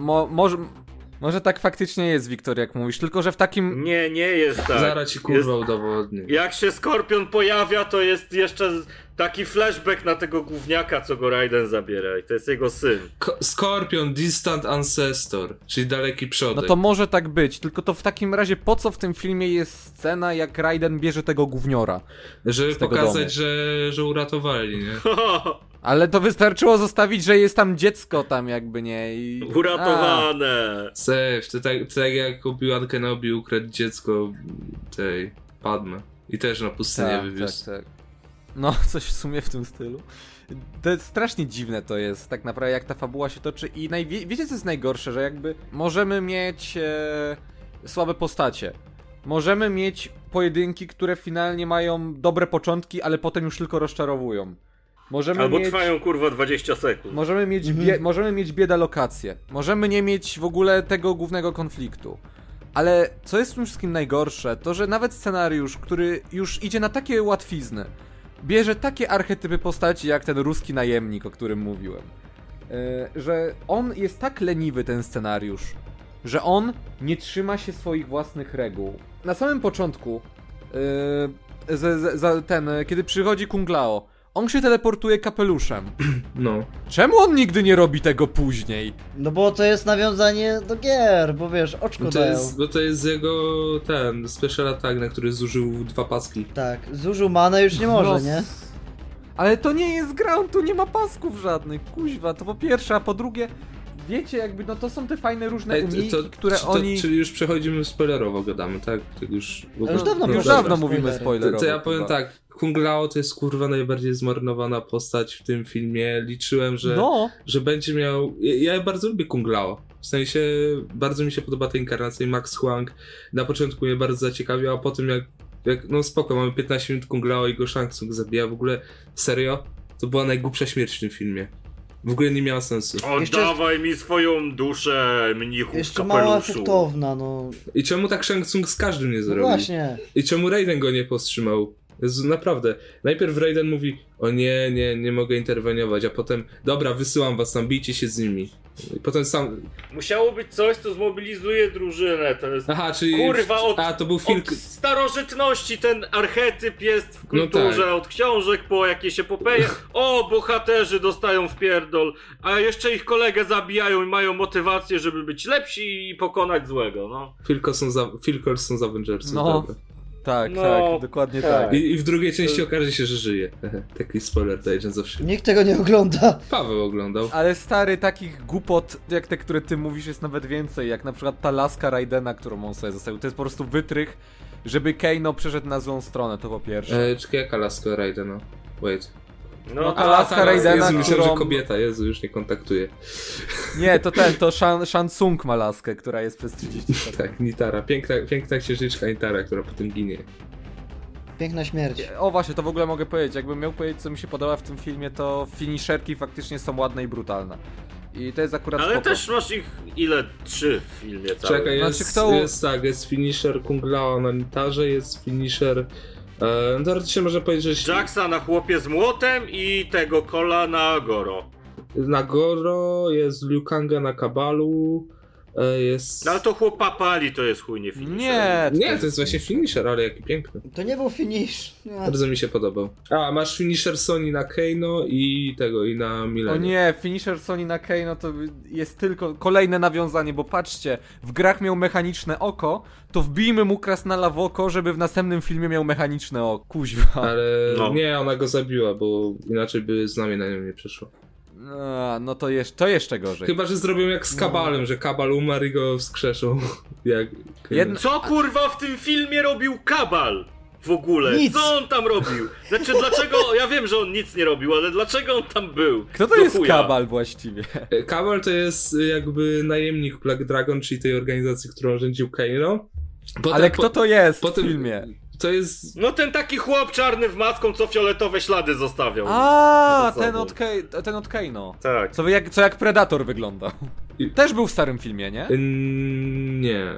[SPEAKER 2] może tak faktycznie jest, Wiktor, jak mówisz, tylko że w takim...
[SPEAKER 3] Nie, nie jest tak.
[SPEAKER 1] Zaraz ci kurwa udowodnię.
[SPEAKER 3] Jak się Skorpion pojawia, to jest jeszcze taki flashback na tego gówniaka, co go Raiden zabiera i to jest jego syn.
[SPEAKER 1] Scorpion, Distant Ancestor, czyli daleki przodek.
[SPEAKER 2] No to może tak być, tylko to w takim razie po co w tym filmie jest scena, jak Raiden bierze tego gówniora?
[SPEAKER 1] Żeby
[SPEAKER 2] z tego
[SPEAKER 1] pokazać, że uratowali, nie?
[SPEAKER 2] Ale to wystarczyło zostawić, że jest tam dziecko tam jakby, nie? I...
[SPEAKER 3] Uratowane.
[SPEAKER 1] Safe, to tak jak Obi-Wan Kenobi ukradł dziecko tej Padme. I też na pustynię wywiózł.
[SPEAKER 2] Tak. No, coś w sumie w tym stylu. To jest strasznie dziwne to jest, tak naprawdę, jak ta fabuła się toczy i wiecie co jest najgorsze, że jakby możemy mieć słabe postacie. Możemy mieć pojedynki, które finalnie mają dobre początki, ale potem już tylko rozczarowują. Możemy
[SPEAKER 3] Albo
[SPEAKER 2] mieć...
[SPEAKER 3] trwają kurwa 20 sekund.
[SPEAKER 2] Możemy mieć bieda lokację. Możemy nie mieć w ogóle tego głównego konfliktu. Ale co jest w tym wszystkim najgorsze, to że nawet scenariusz, który już idzie na takie łatwizny, bierze takie archetypy postaci jak ten ruski najemnik, o którym mówiłem. Że on jest tak leniwy, ten scenariusz, że on nie trzyma się swoich własnych reguł. Na samym początku, kiedy przychodzi Kung Lao, on się teleportuje kapeluszem.
[SPEAKER 1] No.
[SPEAKER 2] Czemu on nigdy nie robi tego później?
[SPEAKER 4] No bo to jest nawiązanie do gier, bo wiesz, oczko dają.
[SPEAKER 1] Bo to jest jego special attack, na który zużył 2 paski.
[SPEAKER 4] Tak, zużył manę już nie może,
[SPEAKER 2] No,
[SPEAKER 4] nie?
[SPEAKER 2] Ale to nie jest gra, on tu nie ma pasków żadnych, kuźwa, to po pierwsze, a po drugie, wiecie, jakby, no to są te fajne różne umiejki, które oni...
[SPEAKER 1] Czyli już przechodzimy spoilerowo, gadamy, tak? Tak już...
[SPEAKER 4] Ale już dawno
[SPEAKER 2] już
[SPEAKER 4] dobra,
[SPEAKER 2] dawno
[SPEAKER 4] spoilery.
[SPEAKER 2] mówimy spoilerowo.
[SPEAKER 1] To ja powiem
[SPEAKER 2] chyba.
[SPEAKER 1] tak, Kung Lao to jest kurwa najbardziej zmarnowana postać w tym filmie. Liczyłem, że będzie miał... Ja bardzo lubię Kung Lao. W sensie bardzo mi się podoba ta inkarnacja i Max Huang. Na początku mnie bardzo zaciekawił, a potem jak no spoko, mamy 15 minut Kung Lao i go Shang Tsung zabija. W ogóle serio? To była najgłupsza śmierć w tym filmie. W ogóle nie miała sensu.
[SPEAKER 3] Oddawaj mi swoją duszę, mnichu w
[SPEAKER 4] Jeszcze mało
[SPEAKER 3] kapeluszu.
[SPEAKER 4] efektowna, no.
[SPEAKER 1] I czemu tak Shang Tsung z każdym nie
[SPEAKER 4] No
[SPEAKER 1] zrobił?
[SPEAKER 4] właśnie.
[SPEAKER 1] I czemu Raiden go nie powstrzymał? Jezu, naprawdę. Najpierw Raiden mówi, o nie mogę interweniować, a potem, dobra, wysyłam was tam, bijcie się z nimi. I potem sam...
[SPEAKER 3] Musiało być coś, co zmobilizuje drużynę, to jest...
[SPEAKER 1] Aha, czyli...
[SPEAKER 3] Kurwa,
[SPEAKER 1] to był film...
[SPEAKER 3] Od starożytności ten archetyp jest w
[SPEAKER 1] No
[SPEAKER 3] kulturze,
[SPEAKER 1] tak.
[SPEAKER 3] od książek po jakieś epopeje. O, bohaterzy dostają w pierdol, a jeszcze ich kolegę zabijają i mają motywację, żeby być lepsi i pokonać złego, no.
[SPEAKER 1] Phil Coulson z Avengersów,
[SPEAKER 2] No.
[SPEAKER 1] dobra.
[SPEAKER 2] Tak,
[SPEAKER 3] No,
[SPEAKER 2] tak, dokładnie
[SPEAKER 3] tak.
[SPEAKER 2] tak.
[SPEAKER 1] I w drugiej części okaże się, że żyje. Taki spoiler to Agents of S.H.I.E.L.D.
[SPEAKER 4] Nikt tego nie ogląda.
[SPEAKER 1] Paweł oglądał.
[SPEAKER 2] Ale stary, takich głupot, jak te, które ty mówisz, jest nawet więcej, jak na przykład ta laska Raidena, którą on sobie zostawił. To jest po prostu wytrych, żeby Kano przeszedł na złą stronę, to po pierwsze.
[SPEAKER 1] Czekaj, jaka laska Raidena? Wait.
[SPEAKER 3] No,
[SPEAKER 2] ta laska Raidena,
[SPEAKER 1] Jezu, myślałem,
[SPEAKER 2] którą...
[SPEAKER 1] że kobieta, Jezu, już nie kontaktuje.
[SPEAKER 2] Nie, to Shang Tsung ma laskę, która jest przez 30 sekund.
[SPEAKER 1] Tak, Nitara. Piękna księżniczka Nitara, która potem ginie.
[SPEAKER 4] Piękna śmierć.
[SPEAKER 2] O właśnie, to w ogóle mogę powiedzieć, jakbym miał powiedzieć, co mi się podoba w tym filmie, to finisherki faktycznie są ładne i brutalne. I to jest akurat
[SPEAKER 3] Ale
[SPEAKER 2] spoko.
[SPEAKER 3] też masz ich ile? 3 w filmie całym.
[SPEAKER 1] Czekaj,
[SPEAKER 2] Znaczy,
[SPEAKER 1] jest finisher Kung Lao na Nitarze, jest finisher... teoretycznie można powiedzieć, że...
[SPEAKER 3] Jacksa na chłopie z młotem i tego Cola na Goro.
[SPEAKER 1] Na Goro, jest Liu Kanga na Kabalu, jest...
[SPEAKER 3] No ale to chłopa pali, to jest chuj, nie finisher.
[SPEAKER 1] Nie, to jest właśnie finisher, ale jaki piękny.
[SPEAKER 4] To nie był finish.
[SPEAKER 1] Bardzo mi się podobał. A, masz finisher Sony na Kano i na
[SPEAKER 2] O
[SPEAKER 1] Millennium.
[SPEAKER 2] nie, finisher Sony na Kano to jest tylko kolejne nawiązanie, bo patrzcie, w grach miał mechaniczne oko, to wbijmy mu Krasnala w oko, żeby w następnym filmie miał mechaniczne oko. Kuźwa.
[SPEAKER 1] Ale
[SPEAKER 3] No.
[SPEAKER 1] nie, ona go zabiła, bo inaczej by znamie na nią nie przeszło.
[SPEAKER 2] No to jeszcze gorzej.
[SPEAKER 1] Chyba, że zrobią jak z Kabalem, że Kabal umarł i go wskrzeszą. Jak...
[SPEAKER 3] Co kurwa w tym filmie robił Kabal? W ogóle?
[SPEAKER 4] Nic.
[SPEAKER 3] Co on tam robił? Znaczy dlaczego, ja wiem, że on nic nie robił, ale dlaczego on tam był?
[SPEAKER 2] Kto to
[SPEAKER 3] Do
[SPEAKER 2] jest
[SPEAKER 3] chuja.
[SPEAKER 2] Kabal właściwie?
[SPEAKER 1] Kabal to jest jakby najemnik Black Dragon, czyli tej organizacji, którą rządził Kano.
[SPEAKER 2] Ale kto to jest
[SPEAKER 1] potem-
[SPEAKER 2] w filmie?
[SPEAKER 1] To jest...
[SPEAKER 3] No ten taki chłop czarny w maską, co fioletowe ślady zostawiał.
[SPEAKER 2] A,
[SPEAKER 3] za sobą.
[SPEAKER 2] ten od Kano.
[SPEAKER 3] Tak.
[SPEAKER 2] Co jak Predator wyglądał.
[SPEAKER 1] I-
[SPEAKER 2] Też był w starym filmie, nie?
[SPEAKER 1] Nie.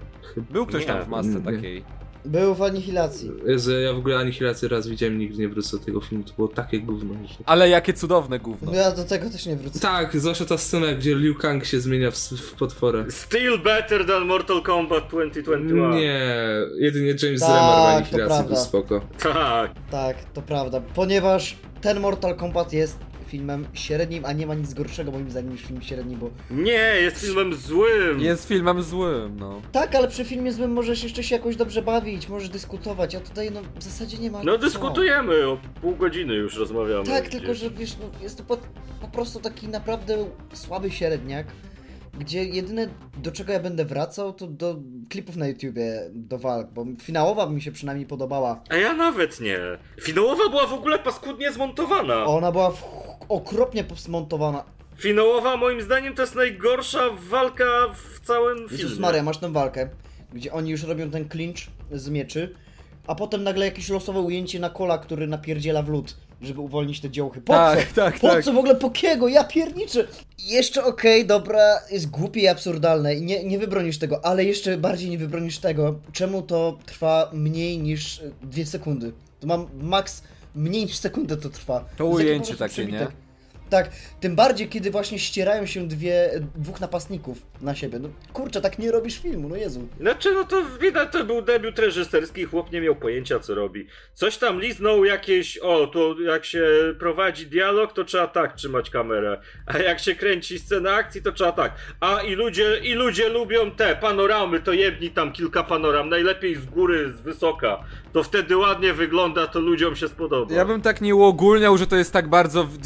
[SPEAKER 2] Był ktoś
[SPEAKER 3] Nie.
[SPEAKER 2] tam w masce
[SPEAKER 1] Nie.
[SPEAKER 2] takiej.
[SPEAKER 4] Był w Anihilacji.
[SPEAKER 1] Jezu, ja w ogóle Anihilację raz widziałem, nigdy nie wrócę do tego filmu, to było takie gówno. Że...
[SPEAKER 2] Ale jakie cudowne gówno.
[SPEAKER 4] No ja do tego też nie wrócę.
[SPEAKER 1] Tak, zwłaszcza ta scena, gdzie Liu Kang się zmienia w potworę.
[SPEAKER 3] Still better than Mortal Kombat 2021.
[SPEAKER 1] Nie, jedynie James
[SPEAKER 4] Tak,
[SPEAKER 1] Remar w
[SPEAKER 4] to
[SPEAKER 1] Anihilacji
[SPEAKER 4] prawda.
[SPEAKER 1] był spoko.
[SPEAKER 3] Tak.
[SPEAKER 4] Tak, to prawda. Ponieważ ten Mortal Kombat jest filmem średnim, a nie ma nic gorszego moim zdaniem niż film średni, bo...
[SPEAKER 3] Nie, jest filmem złym.
[SPEAKER 2] Jest filmem złym, no.
[SPEAKER 4] Tak, ale przy filmie złym możesz jeszcze się jakoś dobrze bawić, możesz dyskutować, a tutaj no w zasadzie nie ma
[SPEAKER 3] No
[SPEAKER 4] co.
[SPEAKER 3] dyskutujemy, o pół godziny już rozmawiamy.
[SPEAKER 4] Tak,
[SPEAKER 3] gdzieś.
[SPEAKER 4] tylko że wiesz, no, jest to po prostu taki naprawdę słaby średniak, gdzie jedyne do czego ja będę wracał to do klipów na YouTubie, do walk, bo finałowa mi się przynajmniej podobała.
[SPEAKER 3] A ja nawet nie. Finałowa była w ogóle paskudnie zmontowana.
[SPEAKER 4] Ona była okropnie smontowana.
[SPEAKER 3] Finałowa moim zdaniem to jest najgorsza walka w całym
[SPEAKER 4] Jezus
[SPEAKER 3] filmie.
[SPEAKER 4] Maria, masz tę walkę, gdzie oni już robią ten clinch z mieczy, a potem nagle jakieś losowe ujęcie na Cola, który napierdziela w lód, żeby uwolnić te dziołchy. Po
[SPEAKER 2] Tak,
[SPEAKER 4] co?
[SPEAKER 2] tak,
[SPEAKER 4] Po
[SPEAKER 2] tak.
[SPEAKER 4] co w ogóle Pokiego? Ja pierniczę! Jeszcze okej, dobra, jest głupie i absurdalne i nie wybronisz tego, ale jeszcze bardziej nie wybronisz tego, czemu to trwa mniej niż 2 sekundy. To mam max mniej niż sekundę to trwa.
[SPEAKER 2] To
[SPEAKER 4] jest taki po
[SPEAKER 2] ujęcie
[SPEAKER 4] prostu
[SPEAKER 2] takie,
[SPEAKER 4] przebitek.
[SPEAKER 2] nie?
[SPEAKER 4] Tak, tym bardziej kiedy właśnie ścierają się dwóch napastników na siebie. No kurczę, tak nie robisz filmu, no Jezu.
[SPEAKER 3] Znaczy, no to widać, to był debiut reżyserski, chłop nie miał pojęcia co robi. Coś tam liznął jakieś, to jak się prowadzi dialog, to trzeba tak trzymać kamerę, a jak się kręci scena akcji, to trzeba tak. A i ludzie lubią te panoramy, to jebni tam kilka panoram, najlepiej z góry, z wysoka. To wtedy ładnie wygląda, to ludziom się spodoba.
[SPEAKER 2] Ja bym tak nie uogólniał, że to jest tak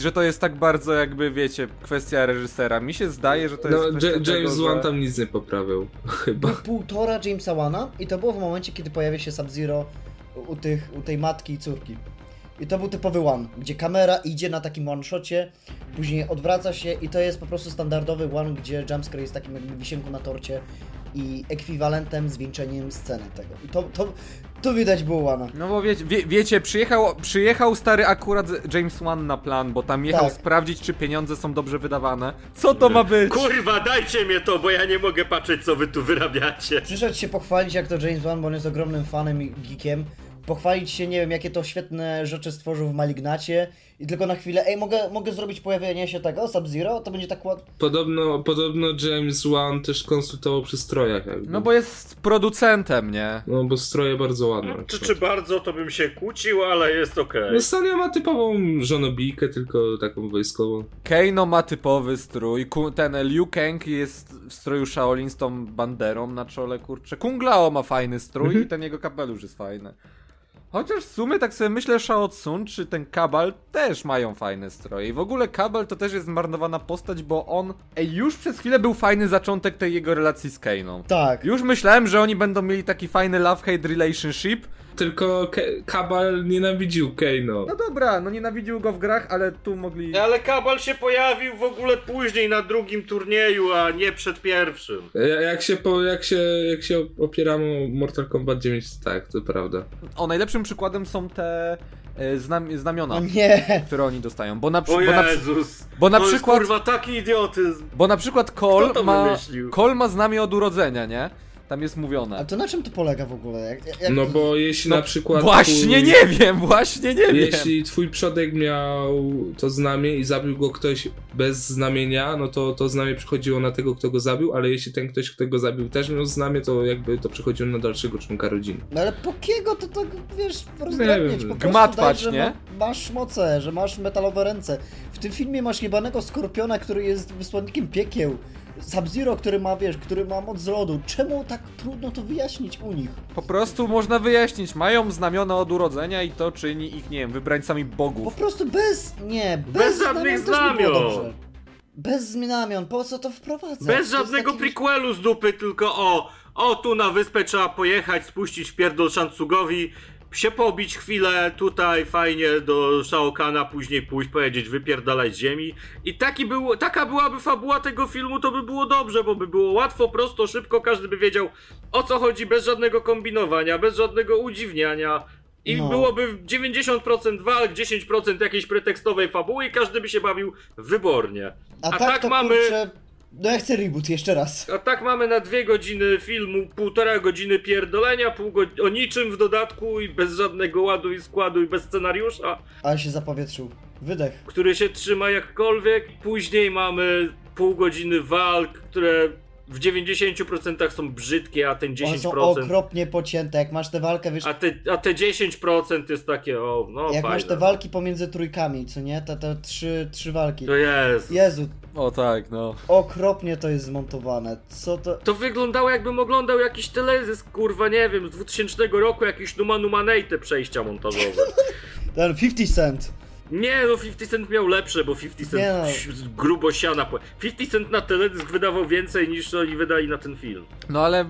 [SPEAKER 2] bardzo jakby, wiecie, kwestia reżysera. Mi się zdaje, że to jest kwestia
[SPEAKER 1] James
[SPEAKER 2] tego,
[SPEAKER 1] Wan
[SPEAKER 2] że...
[SPEAKER 1] tam nic nie poprawiał, chyba.
[SPEAKER 4] Był półtora Jamesa Wana i to było w momencie, kiedy pojawia się Sub-Zero u tej matki i córki. I to był typowy one, gdzie kamera idzie na takim one-shocie, później odwraca się i to jest po prostu standardowy one, gdzie jumpscare jest takim jakby wisienką na torcie i ekwiwalentem, zwieńczeniem sceny tego. I to widać było Wana.
[SPEAKER 2] No bo wiecie, przyjechał stary akurat James Wan na plan, bo tam jechał
[SPEAKER 4] Tak.
[SPEAKER 2] sprawdzić, czy pieniądze są dobrze wydawane. Co to ma być?
[SPEAKER 3] Kurwa, dajcie mnie to, bo ja nie mogę patrzeć, co wy tu wyrabiacie.
[SPEAKER 4] Przyszedł się pochwalić, jak to James Wan, bo on jest ogromnym fanem i geekiem. Pochwalić się, nie wiem, jakie to świetne rzeczy stworzył w Malignacie i tylko na chwilę, mogę zrobić pojawienie się tego, Sub-Zero, to będzie tak łatwo.
[SPEAKER 1] Podobno James Wan też konsultował przy strojach jakby.
[SPEAKER 2] No bo jest producentem, nie?
[SPEAKER 1] No bo stroje bardzo ładne.
[SPEAKER 3] Czy bardzo to bym się kłócił, ale jest okej.
[SPEAKER 1] No Sonia ma typową żonobijkę, tylko taką wojskową.
[SPEAKER 2] Kano ma typowy strój, ten Liu Kang jest w stroju Shaolin z tą banderą na czole, kurczę. Kung Lao ma fajny strój i ten jego kapelusz jest fajny. Chociaż w sumie tak sobie myślę, Shao Tsung czy ten Kabal też mają fajne stroje. I w ogóle Kabal to też jest zmarnowana postać, bo on... już przez chwilę był fajny zaczątek tej jego relacji z Kaną.
[SPEAKER 4] Tak.
[SPEAKER 2] Już myślałem, że oni będą mieli taki fajny love-hate relationship.
[SPEAKER 1] Tylko Kabal nienawidził Kano.
[SPEAKER 2] No dobra, no nienawidził go w grach, ale tu mogli...
[SPEAKER 3] Ale Kabal się pojawił w ogóle później na drugim turnieju, a nie przed pierwszym.
[SPEAKER 1] Jak się opieramy o Mortal Kombat 9, tak, to prawda.
[SPEAKER 2] O, najlepszym najlepszym przykładem są te znamiona,
[SPEAKER 4] No nie!
[SPEAKER 2] które oni dostają, bo na
[SPEAKER 3] O
[SPEAKER 2] przykład...
[SPEAKER 3] Jezus!
[SPEAKER 2] Bo na
[SPEAKER 3] to
[SPEAKER 2] przykład,
[SPEAKER 3] jest kurwa taki idiotyzm!
[SPEAKER 2] bo na przykład
[SPEAKER 3] Kto to wymyślił?
[SPEAKER 2] Cole ma znamie od urodzenia, nie? Tam jest
[SPEAKER 4] A
[SPEAKER 2] mówione.
[SPEAKER 4] to na czym to polega w ogóle? Jak
[SPEAKER 1] No bo jeśli
[SPEAKER 2] No,
[SPEAKER 1] na przykład
[SPEAKER 2] Właśnie nie wiem, właśnie nie wiem.
[SPEAKER 1] jeśli twój przodek miał to znamie i zabił go ktoś bez znamienia, no to znamie przychodziło na tego, kto go zabił, ale jeśli ten ktoś, kto go zabił też miał znamie, to jakby to przychodziło na dalszego członka rodziny.
[SPEAKER 4] No ale po kiego to tak, wiesz, rozdrabniać?
[SPEAKER 1] wiem.
[SPEAKER 4] Po prostu
[SPEAKER 2] Gmatwać,
[SPEAKER 4] daj, że
[SPEAKER 2] nie?
[SPEAKER 4] Masz moce, że masz metalowe ręce. W tym filmie masz jebanego Skorpiona, który jest wysłannikiem piekieł. Sub-Zero, który ma, wiesz, który ma moc z lodu. Czemu tak trudno to wyjaśnić u nich?
[SPEAKER 2] Po prostu można wyjaśnić, mają znamiona od urodzenia i to czyni ich, nie wiem, wybrańcami
[SPEAKER 4] Po
[SPEAKER 2] bogów.
[SPEAKER 4] prostu bez
[SPEAKER 3] Bez żadnych
[SPEAKER 4] też by było
[SPEAKER 3] znamion.
[SPEAKER 4] dobrze. Bez znamion, po co to wprowadzać?
[SPEAKER 3] Bez
[SPEAKER 4] To jest
[SPEAKER 3] żadnego
[SPEAKER 4] taki-
[SPEAKER 3] prequelu z dupy, tylko o tu na wyspę trzeba pojechać, spuścić w pierdol Shansugowi, się pobić chwilę tutaj fajnie do Shao Kahna, później pójść, powiedzieć wypierdalaj z ziemi. I taka byłaby fabuła tego filmu, to by było dobrze, bo by było łatwo, prosto, szybko, każdy by wiedział o co chodzi, bez żadnego kombinowania, bez żadnego udziwniania. I
[SPEAKER 4] No.
[SPEAKER 3] byłoby 90% walk, 10% jakiejś pretekstowej fabuły i każdy by się bawił wybornie.
[SPEAKER 4] A
[SPEAKER 3] tak
[SPEAKER 4] tak to
[SPEAKER 3] mamy-
[SPEAKER 4] kurczę... No ja chcę reboot, jeszcze raz.
[SPEAKER 3] A tak mamy na 2 godziny filmu, 1,5 godziny pierdolenia, o niczym w dodatku i bez żadnego ładu i składu i bez scenariusza,
[SPEAKER 4] Ale się zapowietrzył. Wydech.
[SPEAKER 3] który się trzyma jakkolwiek. Później mamy pół godziny walk, które w 90% są brzydkie, a ten
[SPEAKER 4] One są
[SPEAKER 3] 10%...
[SPEAKER 4] okropnie pocięte, jak masz tę walkę, wiesz...
[SPEAKER 3] A te 10% jest takie, no
[SPEAKER 4] Jak
[SPEAKER 3] fajne.
[SPEAKER 4] masz te walki pomiędzy trójkami, co nie? Te trzy walki.
[SPEAKER 3] To jest...
[SPEAKER 4] Jezu,
[SPEAKER 2] O tak, no.
[SPEAKER 4] okropnie to jest zmontowane. Co to...
[SPEAKER 3] To wyglądało jakbym oglądał jakiś teledysk, kurwa, nie wiem, z 2000 roku, jakiś Numanate te przejścia montażowe.
[SPEAKER 4] Ten 50 Cent.
[SPEAKER 3] Nie, no 50 Cent miał lepsze, bo 50 Cent
[SPEAKER 4] Nie no.
[SPEAKER 3] grubo siana. 50 Cent na teledysk wydawał więcej niż oni wydali na ten film.
[SPEAKER 2] No ale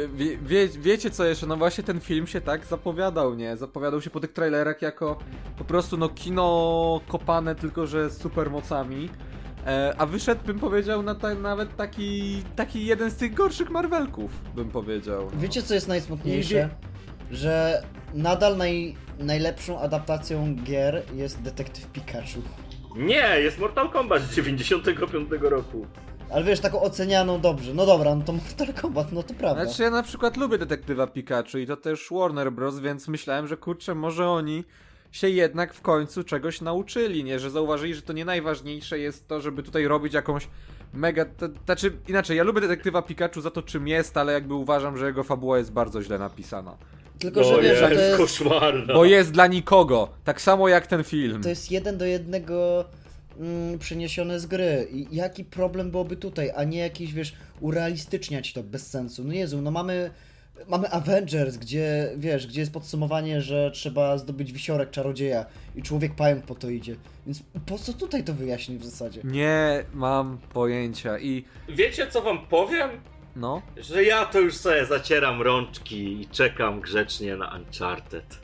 [SPEAKER 2] wiecie co jeszcze, no właśnie ten film się tak zapowiadał, nie? Zapowiadał się po tych trailerach jako po prostu no kino kopane tylko, że z supermocami. A wyszedł, bym powiedział, nawet taki jeden z tych gorszych Marvelków, bym powiedział. No.
[SPEAKER 4] Wiecie co jest najsmutniejsze? Że nadal najlepszą adaptacją gier jest Detektyw Pikachu.
[SPEAKER 3] Nie, jest Mortal Kombat z 95 roku.
[SPEAKER 4] Ale wiesz, taką ocenianą dobrze. No dobra, no to Mortal Kombat, no to prawda.
[SPEAKER 2] Znaczy ja na przykład lubię Detektywa Pikachu i to też Warner Bros, więc myślałem, że kurczę, może oni się jednak w końcu czegoś nauczyli, nie? Że zauważyli, że to nie najważniejsze jest to, żeby tutaj robić jakąś mega... Znaczy, inaczej, ja lubię Detektywa Pikachu za to, czym jest, ale jakby uważam, że jego fabuła jest bardzo źle napisana.
[SPEAKER 4] Tylko, że wiesz, że to jest...
[SPEAKER 3] koszmarna.
[SPEAKER 2] Bo jest dla nikogo, tak samo jak ten film.
[SPEAKER 4] To jest 1:1 przeniesione z gry. I jaki problem byłoby tutaj, a nie jakiś, wiesz, urealistyczniać to bez sensu. No Jezu, no mamy Avengers, gdzie, wiesz, gdzie jest podsumowanie, że trzeba zdobyć wisiorek czarodzieja i człowiek pająk po to idzie. Więc po co tutaj to wyjaśnić w zasadzie?
[SPEAKER 2] Nie mam pojęcia i...
[SPEAKER 3] Wiecie co wam powiem?
[SPEAKER 2] No.
[SPEAKER 3] Że ja to już sobie zacieram rączki i czekam grzecznie na Uncharted.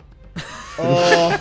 [SPEAKER 4] O,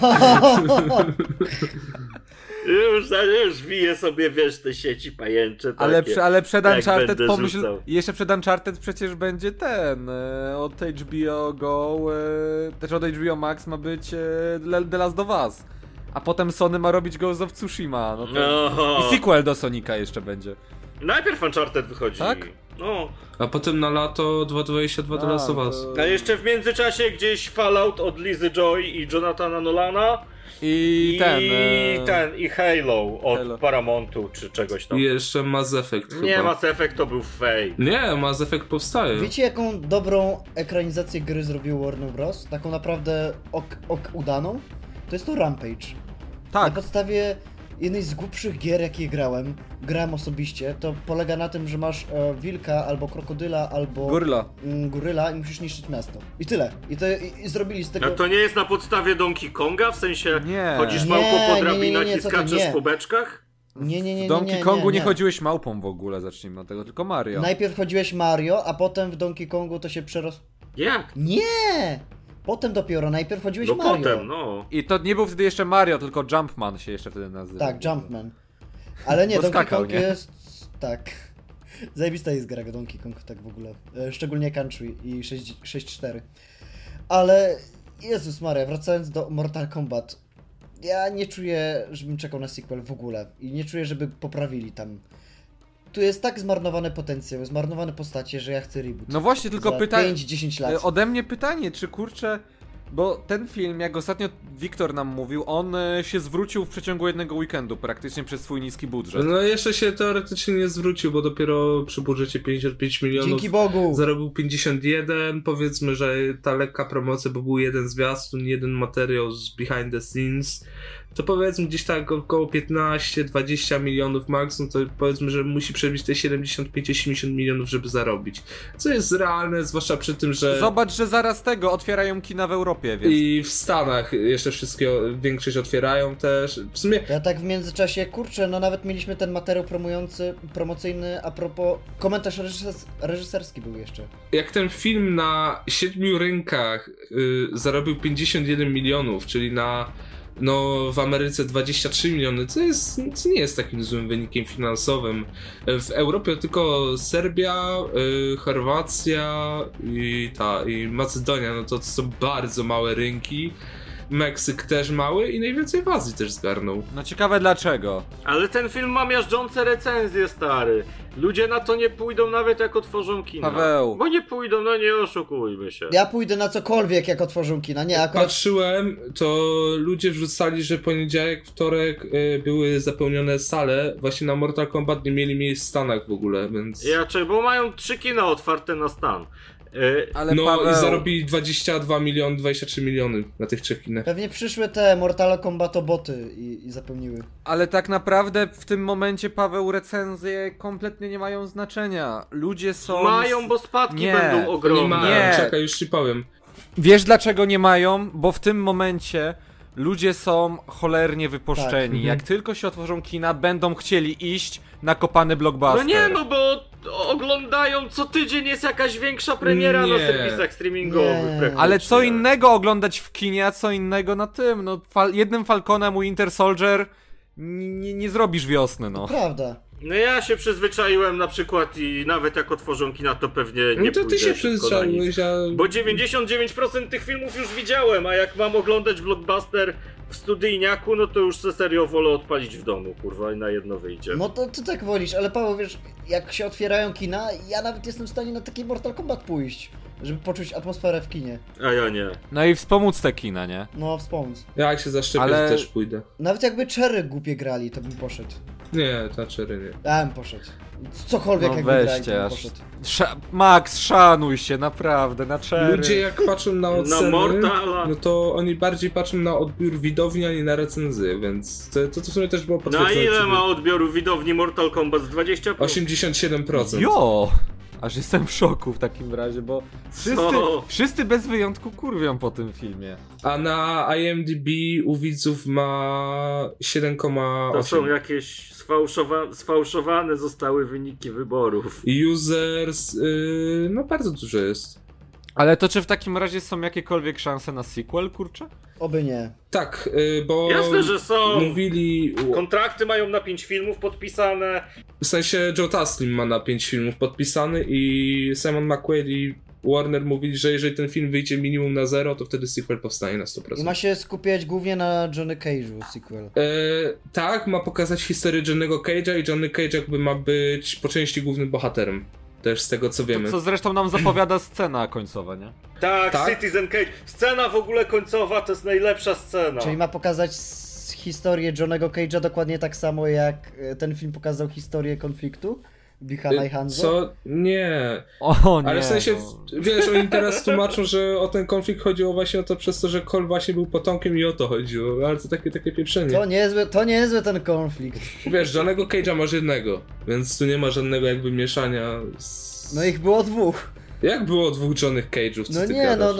[SPEAKER 3] Już wiję sobie, wiesz, te sieci pajęcze takie.
[SPEAKER 2] Ale przed
[SPEAKER 3] jak
[SPEAKER 2] Uncharted
[SPEAKER 3] będę
[SPEAKER 2] pomyśl...
[SPEAKER 3] rzucał.
[SPEAKER 2] Jeszcze przed Uncharted przecież będzie ten... od HBO Go... też od HBO Max ma być The Last of Us. A potem Sony ma robić Ghost of Tsushima. No to...
[SPEAKER 3] Oho.
[SPEAKER 2] I sequel do Sonika jeszcze będzie.
[SPEAKER 3] Najpierw Uncharted wychodzi.
[SPEAKER 2] Tak?
[SPEAKER 3] No.
[SPEAKER 1] A potem na lato 2022 The Last of Us.
[SPEAKER 2] to-
[SPEAKER 3] A jeszcze w międzyczasie gdzieś Fallout od Lizy Joy i Jonathana Nolana.
[SPEAKER 2] I
[SPEAKER 3] I Halo od
[SPEAKER 2] Halo.
[SPEAKER 3] Paramountu czy czegoś tam.
[SPEAKER 1] I jeszcze Mass Effect chyba.
[SPEAKER 3] Nie, Mass Effect to był fake.
[SPEAKER 1] Nie, Mass Effect powstaje.
[SPEAKER 4] wiecie jaką dobrą ekranizację gry zrobił Warner Bros? Taką naprawdę udaną? To jest to Rampage. Na
[SPEAKER 2] Tak,
[SPEAKER 4] podstawie jednej z głupszych gier, jakie grałem osobiście, to polega na tym, że masz wilka, albo krokodyla, albo
[SPEAKER 2] Goryla.
[SPEAKER 4] goryla i musisz niszczyć miasto. I tyle. I zrobili z tego...
[SPEAKER 3] A to nie jest na podstawie Donkey Konga? W sensie
[SPEAKER 2] Nie.
[SPEAKER 3] chodzisz
[SPEAKER 4] Nie,
[SPEAKER 3] małpo po
[SPEAKER 4] nie,
[SPEAKER 3] drabinach
[SPEAKER 4] nie,
[SPEAKER 3] i
[SPEAKER 4] co ty,
[SPEAKER 3] skaczesz
[SPEAKER 4] nie.
[SPEAKER 3] po beczkach?
[SPEAKER 4] Nie,
[SPEAKER 2] W Donkey Kongu nie chodziłeś małpą w ogóle, zacznijmy od tego, tylko Mario.
[SPEAKER 4] Najpierw chodziłeś Mario, a potem w Donkey Kongu to się
[SPEAKER 3] Jak?
[SPEAKER 4] Nie! Potem dopiero, najpierw chodziłeś
[SPEAKER 3] No
[SPEAKER 4] Mario.
[SPEAKER 3] potem, no.
[SPEAKER 2] I to nie był wtedy jeszcze Mario, tylko Jumpman się jeszcze wtedy nazywał.
[SPEAKER 4] Tak, Jumpman. Ale nie,
[SPEAKER 2] Bo
[SPEAKER 4] Donkey
[SPEAKER 2] skakał,
[SPEAKER 4] Kong
[SPEAKER 2] nie?
[SPEAKER 4] jest... Tak. Zajebista jest gra Donkey Kong, tak w ogóle. Szczególnie Country i 6.4. Ale Jezus Maria, wracając do Mortal Kombat. Ja nie czuję, żebym czekał na sequel w ogóle. I nie czuję, żeby poprawili tam. Tu jest tak zmarnowany potencjał, zmarnowane postacie, że ja chcę reboot.
[SPEAKER 2] No właśnie, tylko
[SPEAKER 4] Za
[SPEAKER 2] pytanie.
[SPEAKER 4] 5-10 lat.
[SPEAKER 2] Ode mnie pytanie, czy kurczę. Bo ten film, jak ostatnio Wiktor nam mówił, on się zwrócił w przeciągu jednego weekendu, praktycznie przez swój niski budżet.
[SPEAKER 1] No jeszcze się teoretycznie nie zwrócił, bo dopiero przy budżecie 55 milionów
[SPEAKER 4] Dzięki Bogu!
[SPEAKER 1] zarobił 51. Powiedzmy, że ta lekka promocja, bo był jeden zwiastun, jeden materiał z behind the scenes, to powiedzmy gdzieś tak około 15-20 milionów max, no to powiedzmy, że musi przebić te 75-80 milionów, żeby zarobić. Co jest realne, zwłaszcza przy tym, że...
[SPEAKER 2] Zobacz, że zaraz tego otwierają kina w Europie, więc...
[SPEAKER 1] I w Stanach jeszcze wszystkie, większość otwierają też. W sumie
[SPEAKER 4] Ja tak w międzyczasie, kurczę, no nawet mieliśmy ten materiał promocyjny a propos... Komentarz reżyserski był jeszcze.
[SPEAKER 1] jak ten film na 7 rynkach zarobił 51 milionów, czyli na w Ameryce 23 miliony, co nie jest takim złym wynikiem finansowym. W Europie tylko Serbia, Chorwacja i Macedonia, no to są bardzo małe rynki. Meksyk też mały i najwięcej w Azji też zgarnął.
[SPEAKER 2] No ciekawe dlaczego.
[SPEAKER 3] Ale ten film ma miażdżące recenzje, stary. Ludzie na to nie pójdą nawet jak otworzą kina.
[SPEAKER 2] Paweł.
[SPEAKER 3] Bo nie pójdą, no nie oszukujmy się.
[SPEAKER 4] Ja pójdę na cokolwiek, jak otworzą kina, nie, akurat...
[SPEAKER 1] Patrzyłem, to ludzie wrzucali, że poniedziałek, wtorek były zapełnione sale. Właśnie na Mortal Kombat nie mieli miejsc w Stanach w ogóle, więc...
[SPEAKER 3] Bo mają 3 kina otwarte na stan.
[SPEAKER 2] Ale
[SPEAKER 1] No
[SPEAKER 2] Paweł...
[SPEAKER 1] i zarobili 22 miliony, 23 miliony na tych 3 kinach.
[SPEAKER 4] Pewnie przyszły te Mortal Kombat boty i zapełniły.
[SPEAKER 2] Ale tak naprawdę w tym momencie, Paweł, recenzje kompletnie nie mają znaczenia. Ludzie są...
[SPEAKER 3] Mają, bo spadki
[SPEAKER 2] Nie,
[SPEAKER 3] będą
[SPEAKER 1] Nie
[SPEAKER 3] ogromne.
[SPEAKER 1] ma,
[SPEAKER 2] Nie.
[SPEAKER 1] czekaj, już ci powiem.
[SPEAKER 2] Wiesz dlaczego nie mają? Bo w tym momencie ludzie są cholernie wypuszczeni.
[SPEAKER 1] Tak.
[SPEAKER 2] Jak tylko się otworzą kina, będą chcieli iść na kopany blockbuster.
[SPEAKER 3] No nie, no bo oglądają co tydzień, jest jakaś większa premiera
[SPEAKER 1] Nie.
[SPEAKER 3] na serwisach streamingowych.
[SPEAKER 4] Nie.
[SPEAKER 3] praktycznie.
[SPEAKER 2] Ale co innego oglądać w kinie, a co innego na tym. No jednym Falconem u Winter Soldier nie zrobisz wiosny, no.
[SPEAKER 4] Prawda.
[SPEAKER 3] No ja się przyzwyczaiłem na przykład i nawet jak otworzą kina, to pewnie nie
[SPEAKER 1] No to ty
[SPEAKER 3] pójdę
[SPEAKER 1] się
[SPEAKER 3] szybko na nic.
[SPEAKER 1] przyzwyczaiłeś, a...
[SPEAKER 3] Bo 99% tych filmów już widziałem, a jak mam oglądać blockbuster w studyjniaku, no to już se serio wolę odpalić w domu, kurwa, i na jedno wyjdzie.
[SPEAKER 4] No to ty tak wolisz, ale Paweł, wiesz, jak się otwierają kina, ja nawet jestem w stanie na taki Mortal Kombat pójść, żeby poczuć atmosferę w kinie.
[SPEAKER 3] A ja nie.
[SPEAKER 2] No i wspomóc te kina, nie?
[SPEAKER 4] No, wspomóc.
[SPEAKER 1] Ja jak się zaszczepię,
[SPEAKER 2] Ale-
[SPEAKER 1] to też pójdę.
[SPEAKER 4] Nawet jakby Cherry głupie grali, to bym poszedł.
[SPEAKER 1] Nie, ta czery nie.
[SPEAKER 4] Ja bym poszedł. Cokolwiek
[SPEAKER 2] No
[SPEAKER 4] jakby grali, to
[SPEAKER 2] weźcie
[SPEAKER 4] bym
[SPEAKER 2] aż...
[SPEAKER 4] poszedł.
[SPEAKER 2] Max, szanuj się, naprawdę, na Cherry.
[SPEAKER 1] Ludzie jak patrzą na oceny,
[SPEAKER 3] Mortala.
[SPEAKER 1] no to oni bardziej patrzą na odbiór widowni, a nie na recenzję, więc to w sumie też było
[SPEAKER 3] Na
[SPEAKER 1] potwierdzone.
[SPEAKER 3] ile ma odbioru widowni Mortal Kombat? Z 20%?
[SPEAKER 1] 87%.
[SPEAKER 2] Jo! Aż jestem w szoku w takim razie, bo wszyscy bez wyjątku kurwią po tym filmie.
[SPEAKER 1] A na IMDb u widzów ma 7,8.
[SPEAKER 3] To są jakieś sfałszowane zostały wyniki wyborów.
[SPEAKER 1] Users, no bardzo dużo jest.
[SPEAKER 2] Ale to czy w takim razie są jakiekolwiek szanse na sequel, kurczę?
[SPEAKER 4] Oby nie.
[SPEAKER 1] Tak, bo
[SPEAKER 3] Jasne, że są.
[SPEAKER 1] mówili,
[SPEAKER 3] Kontrakty mają na 5 filmów podpisane.
[SPEAKER 1] w sensie Joe Taslim ma na 5 filmów podpisany i Simon McQuaid i Warner mówili, że jeżeli ten film wyjdzie minimum na 0, to wtedy sequel powstanie na 100%.
[SPEAKER 4] I ma się skupiać głównie na Johnny Cage'u sequel.
[SPEAKER 1] Tak, ma pokazać historię Johnny'ego Cage'a i Johnny Cage jakby ma być po części głównym bohaterem. Też z tego co wiemy.
[SPEAKER 2] To co zresztą nam zapowiada scena końcowa, nie?
[SPEAKER 3] Tak,
[SPEAKER 1] Tak?
[SPEAKER 3] Citizen Cage. Scena w ogóle końcowa to jest najlepsza scena.
[SPEAKER 4] Czyli ma pokazać historię Johnny'ego Cage'a dokładnie tak samo jak ten film pokazał historię konfliktu Bihana i Hanzo.
[SPEAKER 1] Co? Nie.
[SPEAKER 2] O nie,
[SPEAKER 1] Ale w sensie,
[SPEAKER 2] no.
[SPEAKER 1] wiesz, oni teraz tłumaczą, że o ten konflikt chodziło właśnie o to przez to, że Cole właśnie był potomkiem i o to chodziło. Ale to takie pieprzenie.
[SPEAKER 4] To niezły ten konflikt.
[SPEAKER 1] Wiesz, żadnego Cage'a masz jednego, więc tu nie ma żadnego jakby mieszania z...
[SPEAKER 4] No ich było 2.
[SPEAKER 1] Jak było 2 Johnnych Cage'ów, co
[SPEAKER 4] No
[SPEAKER 1] ty
[SPEAKER 4] nie,
[SPEAKER 1] gadasz?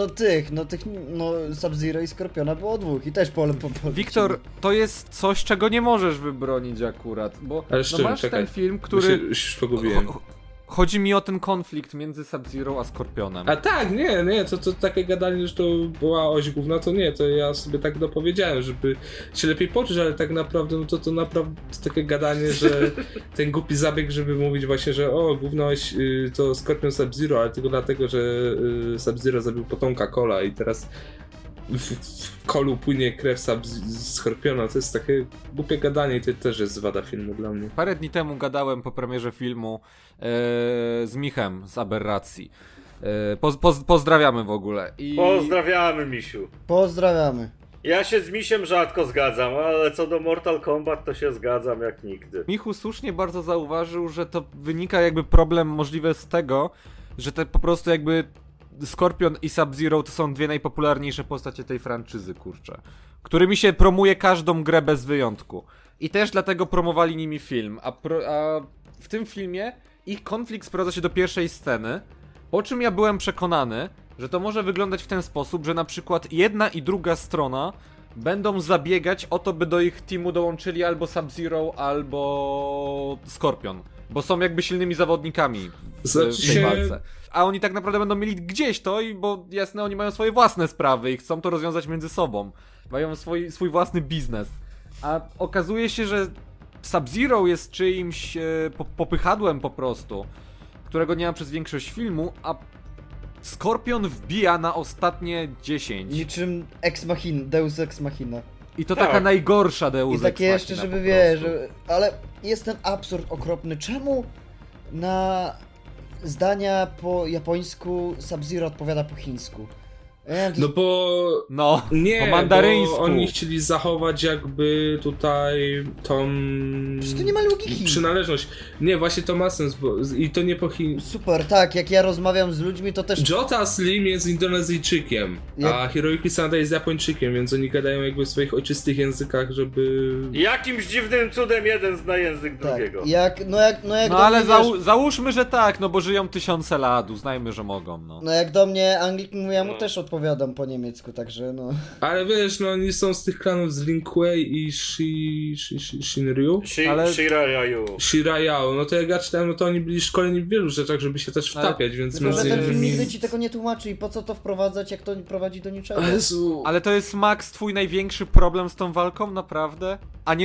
[SPEAKER 4] no Sub-Zero i Skorpiona było 2 i też po
[SPEAKER 2] Wiktor, to jest coś, czego nie możesz wybronić akurat, bo
[SPEAKER 1] Ale
[SPEAKER 2] no
[SPEAKER 1] szczerze,
[SPEAKER 2] masz
[SPEAKER 1] czekaj,
[SPEAKER 2] ten film,
[SPEAKER 1] Bo
[SPEAKER 2] który...
[SPEAKER 1] się już pogubiłem.
[SPEAKER 2] Chodzi mi o ten konflikt między Sub-Zero a Skorpionem.
[SPEAKER 1] A tak, nie, to takie gadanie, że to była oś główna, to nie, to ja sobie tak dopowiedziałem, żeby się lepiej poczuć, ale tak naprawdę, no to naprawdę takie gadanie, że ten głupi zabieg, żeby mówić właśnie, że główna oś to Skorpion Sub-Zero, ale tylko dlatego, że Sub-Zero zabił potomka Cola i teraz w kolu płynie krew Skorpiona, to jest takie głupie gadanie i to też jest wada filmu dla mnie.
[SPEAKER 2] Parę dni temu gadałem po premierze filmu z Michem z Aberracji. Pozdrawiamy w ogóle.
[SPEAKER 3] Pozdrawiamy, Misiu.
[SPEAKER 4] Pozdrawiamy.
[SPEAKER 3] Ja się z Misiem rzadko zgadzam, ale co do Mortal Kombat to się zgadzam jak nigdy.
[SPEAKER 2] Michu słusznie bardzo zauważył, że to wynika jakby problem możliwe z tego, że te po prostu jakby Skorpion i Sub-Zero to są dwie najpopularniejsze postacie tej franczyzy, kurczę. Którymi się promuje każdą grę bez wyjątku. I też dlatego promowali nimi film. A w tym filmie ich konflikt sprowadza się do pierwszej sceny, po czym ja byłem przekonany, że to może wyglądać w ten sposób, że na przykład jedna i druga strona będą zabiegać o to, by do ich teamu dołączyli albo Sub-Zero, albo Skorpion. Bo są jakby silnymi zawodnikami w tej walce. A oni tak naprawdę będą mieli gdzieś to, bo jasne, oni mają swoje własne sprawy i chcą to rozwiązać między sobą. Mają swój własny biznes. A okazuje się, że Sub-Zero jest czyimś popychadłem po prostu, którego nie ma przez większość filmu, a Skorpion wbija na ostatnie 10.
[SPEAKER 4] Niczym Ex Machina, Deus Ex Machina.
[SPEAKER 2] I to taka najgorsza Deus
[SPEAKER 4] Ex Machina. I takie jeszcze, żeby wiesz, ale jest ten absurd okropny. Czemu na zdania po japońsku Sub-Zero odpowiada po chińsku?
[SPEAKER 1] No bo...
[SPEAKER 2] No,
[SPEAKER 1] nie,
[SPEAKER 2] po mandaryńsku.
[SPEAKER 1] Bo oni chcieli zachować jakby tutaj tą...
[SPEAKER 4] Przecież to nie ma logiki.
[SPEAKER 1] Przynależność. Nie, właśnie to ma sens, bo i to nie po chińsku.
[SPEAKER 4] Super, tak, jak ja rozmawiam z ludźmi, to też...
[SPEAKER 1] Jota Slim jest Indonezyjczykiem, a Hiroyuki Sanada jest Japończykiem, więc oni gadają jakby w swoich ojczystych językach, żeby...
[SPEAKER 3] Jakimś dziwnym cudem jeden zna język drugiego.
[SPEAKER 2] No ale załóżmy, że tak, no bo żyją tysiące lat, uznajmy, że mogą, no.
[SPEAKER 4] No jak do mnie Anglik mówi, ja mu też odpowiadam po niemiecku, także no...
[SPEAKER 1] Ale wiesz, no oni są z tych klanów z Lin Kuei i Shinryu. Shirayao. No to jak ja czytałem, no to oni byli szkoleni w wielu rzeczach, żeby się też wtapiać, więc
[SPEAKER 4] tylko, że ten film nigdy ci tego nie tłumaczy i po co to wprowadzać, jak to prowadzi do niczego?
[SPEAKER 1] Jezu.
[SPEAKER 2] Ale to jest, Max, twój największy problem z tą walką, naprawdę?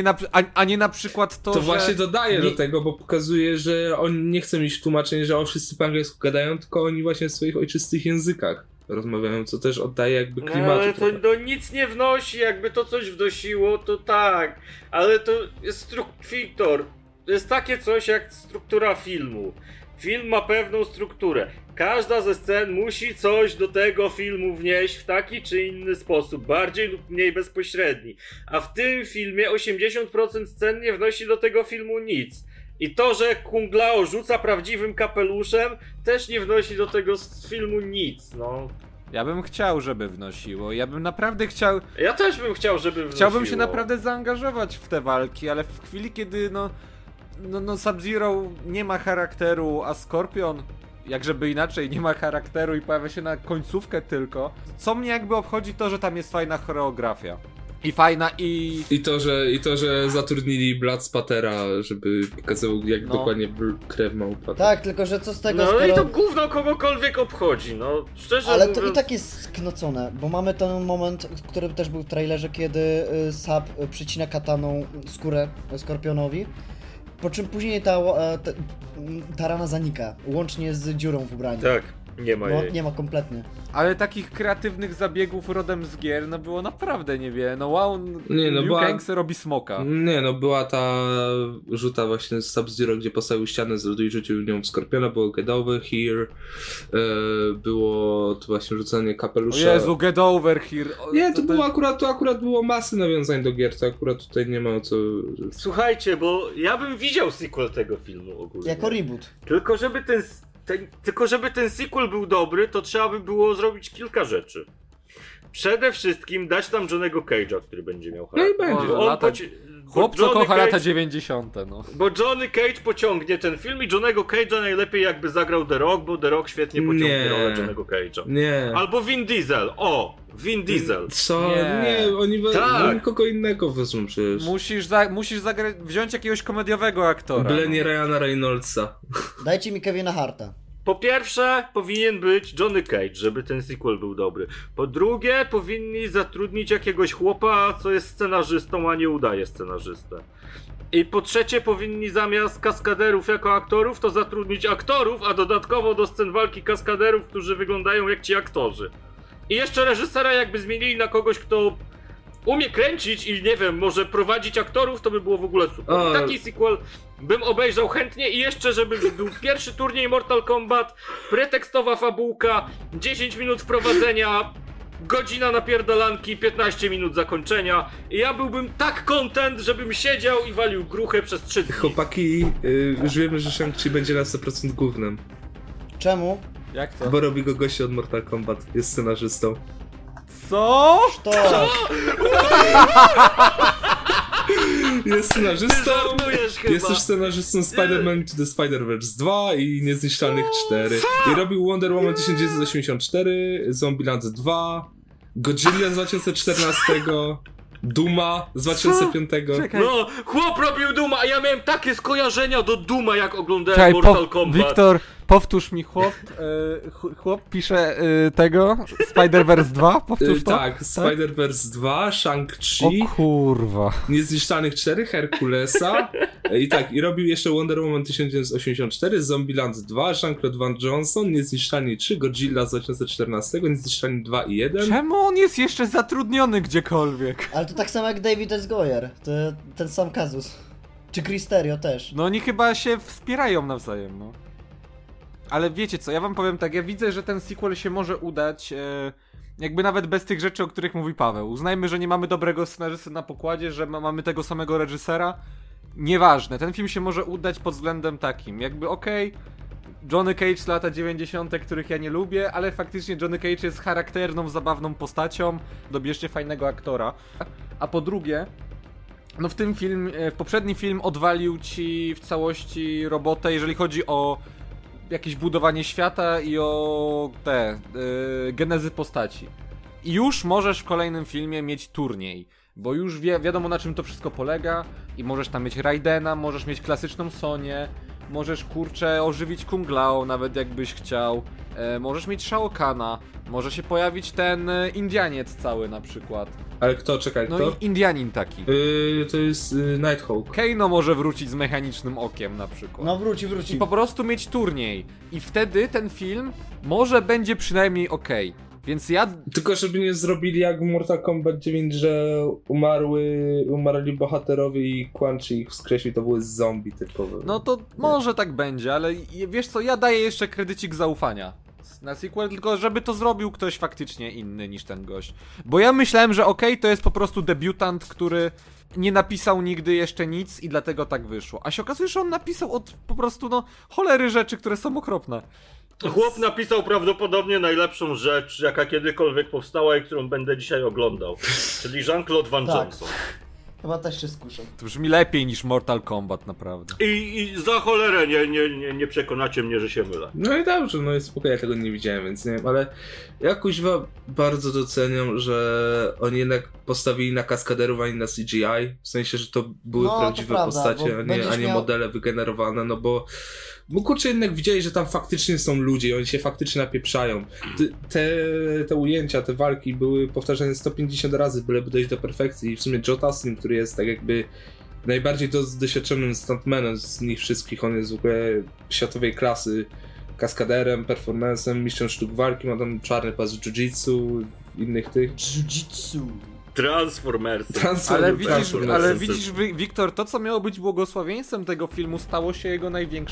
[SPEAKER 2] A nie na przykład to,
[SPEAKER 1] że...
[SPEAKER 2] To
[SPEAKER 1] właśnie dodaje do tego, bo pokazuje, że on nie chce mieć tłumaczenia, że wszyscy po angielsku gadają, tylko oni właśnie w swoich ojczystych językach rozmawiają, co też oddaje jakby klimatu.
[SPEAKER 3] Ale to nic nie wnosi, jakby to coś wnosiło, to tak, ale to jest Wiktor, to jest takie coś jak struktura filmu. Film ma pewną strukturę. Każda ze scen musi coś do tego filmu wnieść w taki czy inny sposób, bardziej lub mniej bezpośredni. A w tym filmie 80% scen nie wnosi do tego filmu nic. I to, że Kung Lao rzuca prawdziwym kapeluszem, też nie wnosi do tego filmu nic, no.
[SPEAKER 2] Ja bym chciał, żeby wnosiło. Ja bym naprawdę chciał...
[SPEAKER 3] Ja też bym chciał, żeby wnosiło.
[SPEAKER 2] Chciałbym się naprawdę zaangażować w te walki, ale w chwili, kiedy no Sub-Zero nie ma charakteru, a Skorpion, jakżeby inaczej, nie ma charakteru i pojawia się na końcówkę tylko. Co mnie jakby obchodzi to, że tam jest fajna choreografia. I fajna
[SPEAKER 1] I to, że zatrudnili Bloodspatera, żeby pokazał jak dokładnie krew ma upadać.
[SPEAKER 4] Tak, tylko że co z tego,
[SPEAKER 3] no skoro... i to gówno kogokolwiek obchodzi, no szczerze
[SPEAKER 4] ale
[SPEAKER 3] mówiąc...
[SPEAKER 4] to i tak jest sknocone, bo mamy ten moment, który też był w trailerze, kiedy Sub przycina kataną skórę Skorpionowi, po czym później ta rana zanika, łącznie z dziurą w ubraniu.
[SPEAKER 3] Tak. Nie ma jej.
[SPEAKER 4] Nie ma kompletnie.
[SPEAKER 2] Ale takich kreatywnych zabiegów rodem z gier, no było naprawdę niewiele. No wow, Liu Kang robi smoka.
[SPEAKER 1] Nie, no była ta rzuta właśnie z Sub-Zero, gdzie postawił ścianę z lodu i rzucił nią w Skorpiona, było Get Over Here, było to właśnie rzucanie kapelusza.
[SPEAKER 2] O Jezu, Get Over Here.
[SPEAKER 1] Nie, to akurat było masy nawiązań do gier, to akurat tutaj nie ma o co...
[SPEAKER 3] Słuchajcie, bo ja bym widział sequel tego filmu ogólnie.
[SPEAKER 4] Jako reboot.
[SPEAKER 3] Tylko żeby ten sequel był dobry, to trzeba by było zrobić kilka rzeczy. Przede wszystkim dać tam Johnny'ego Cage'a, który będzie miał charakter.
[SPEAKER 1] No i będzie.
[SPEAKER 2] Chłop, co kocha lata 90. no.
[SPEAKER 3] Bo Johnny Cage pociągnie ten film i Johnny'ego Cage'a najlepiej jakby zagrał The Rock, bo The Rock świetnie pociągnie rolę Johnny'ego Cage'a.
[SPEAKER 1] Nie.
[SPEAKER 3] Albo Vin Diesel. Vin Diesel.
[SPEAKER 1] Co? Nie, oni kogo innego wezmą przecież.
[SPEAKER 2] Musisz wziąć jakiegoś komediowego aktora.
[SPEAKER 1] Bylenie Ryana Reynoldsa.
[SPEAKER 4] Dajcie mi Kevina Harta.
[SPEAKER 3] Po pierwsze, powinien być Johnny Cage, żeby ten sequel był dobry. Po drugie, powinni zatrudnić jakiegoś chłopa, co jest scenarzystą, a nie udaje scenarzystę. I po trzecie, powinni zamiast kaskaderów jako aktorów, to zatrudnić aktorów, a dodatkowo do scen walki kaskaderów, którzy wyglądają jak ci aktorzy. I jeszcze reżysera jakby zmienili na kogoś, kto umie kręcić i nie wiem, może prowadzić aktorów, to by było w ogóle super. Taki sequel bym obejrzał chętnie i jeszcze, żeby był pierwszy turniej Mortal Kombat, pretekstowa fabułka, 10 minut wprowadzenia, godzina napierdalanki, 15 minut zakończenia. I ja byłbym tak content, żebym siedział i walił gruchę przez 3 dni.
[SPEAKER 1] Chłopaki, już wiemy, że Shang-Chi będzie na 100% gównem.
[SPEAKER 4] Czemu?
[SPEAKER 2] Jak to?
[SPEAKER 1] Bo robi go gościu od Mortal Kombat, jest scenarzystą.
[SPEAKER 2] Co?
[SPEAKER 4] To!
[SPEAKER 1] Jest scenarzystą,
[SPEAKER 3] Żartujesz chyba.
[SPEAKER 1] jest też scenarzystą Spider-Man to the Spider-Verse 2 i Niezniszczalnych 4. I robił Wonder Woman 1984, Zombieland 2, Godzilla z 2014, Duma z 2005.
[SPEAKER 2] Czekaj.
[SPEAKER 3] No, chłop robił Duma, a ja miałem takie skojarzenia do Duma, jak oglądałem
[SPEAKER 2] Czekaj,
[SPEAKER 3] Mortal Kombat.
[SPEAKER 2] Wiktor, powtórz mi, chłop pisze tego, Spider-Verse 2, powtórz to?
[SPEAKER 1] Tak, Spider-Verse 2, Shang-Chi,
[SPEAKER 2] O kurwa.
[SPEAKER 1] Niezniszczalnych 4, Herkulesa i tak, i robił jeszcze Wonder Woman 1984, Zombieland 2, Jean-Claude Van Johnson, Niezniszczalni 3, Godzilla z 2014, Niezniszczalni 2 i 1.
[SPEAKER 2] Czemu on jest jeszcze zatrudniony gdziekolwiek?
[SPEAKER 4] Ale to tak samo jak David S. Goyer, to ten sam kazus. Czy Cristerio też.
[SPEAKER 2] No oni chyba się wspierają nawzajem, no. Ale wiecie co, ja wam powiem tak, ja widzę, że ten sequel się może udać, jakby nawet bez tych rzeczy, o których mówi Paweł. Uznajmy, że nie mamy dobrego scenarzysty na pokładzie, że mamy tego samego reżysera. Nieważne, ten film się może udać pod względem takim, jakby okej, Johnny Cage z lata 90., których ja nie lubię, ale faktycznie Johnny Cage jest charakterną, zabawną postacią, dobierzcie fajnego aktora. A po drugie, no w poprzedni film odwalił ci w całości robotę, jeżeli chodzi o jakieś budowanie świata i o genezy postaci. I już możesz w kolejnym filmie mieć turniej, bo już wiadomo na czym to wszystko polega i możesz tam mieć Raidena, możesz mieć klasyczną Sonię, możesz kurczę ożywić Kung Lao nawet jakbyś chciał, możesz mieć Shao Kana, może się pojawić ten Indianiec cały na przykład.
[SPEAKER 1] Ale kto, czekaj,
[SPEAKER 2] No
[SPEAKER 1] kto?
[SPEAKER 2] i Indianin taki.
[SPEAKER 1] To jest Nighthawk.
[SPEAKER 2] Keino może wrócić z mechanicznym okiem na przykład.
[SPEAKER 4] No wróci.
[SPEAKER 2] I po prostu mieć turniej. I wtedy ten film może będzie przynajmniej okej. Więc ja...
[SPEAKER 1] Tylko żeby nie zrobili jak w Mortal Kombat 9, że umarli bohaterowie i Quan Chi ich wskreślił, to były zombie typowe.
[SPEAKER 2] No to może tak będzie, ale wiesz co, ja daję jeszcze kredycik zaufania na sequel, tylko żeby to zrobił ktoś faktycznie inny niż ten gość. Bo ja myślałem, że to jest po prostu debiutant, który nie napisał nigdy jeszcze nic i dlatego tak wyszło. A się okazuje, że on napisał od po prostu cholery rzeczy, które są okropne.
[SPEAKER 3] Chłop napisał prawdopodobnie najlepszą rzecz, jaka kiedykolwiek powstała i którą będę dzisiaj oglądał. Czyli Jean-Claude Van
[SPEAKER 4] Tak.
[SPEAKER 3] Johnson.
[SPEAKER 4] Chyba też się skuszę.
[SPEAKER 2] To brzmi lepiej niż Mortal Kombat, naprawdę.
[SPEAKER 3] I za cholerę nie przekonacie mnie, że się mylę.
[SPEAKER 1] No i dobrze, no i spokojnie, ja tego nie widziałem, więc nie wiem, ale ja kuźwa bardzo doceniam, że oni jednak postawili na kaskaderów, a nie na CGI, w sensie, że to były
[SPEAKER 4] No, to
[SPEAKER 1] prawdziwe
[SPEAKER 4] prawda,
[SPEAKER 1] postacie,
[SPEAKER 4] bo
[SPEAKER 1] a nie
[SPEAKER 4] będziesz
[SPEAKER 1] modele wygenerowane, no bo kurczę, jednak widzieli, że tam faktycznie są ludzie i oni się faktycznie napieprzają. Te ujęcia, te walki były powtarzane 150 razy, byleby dojść do perfekcji i w sumie Joe Taslim, który jest tak jakby najbardziej doświadczonym stuntmanem z nich wszystkich, on jest w ogóle światowej klasy kaskaderem, performancem, mistrzem sztuk walki, ma tam czarny pas w jiu-jitsu, innych tych.
[SPEAKER 4] Jiu-jitsu.
[SPEAKER 3] Transformers.
[SPEAKER 2] Ale widzisz, Wiktor, to co miało być błogosławieństwem tego filmu stało się jego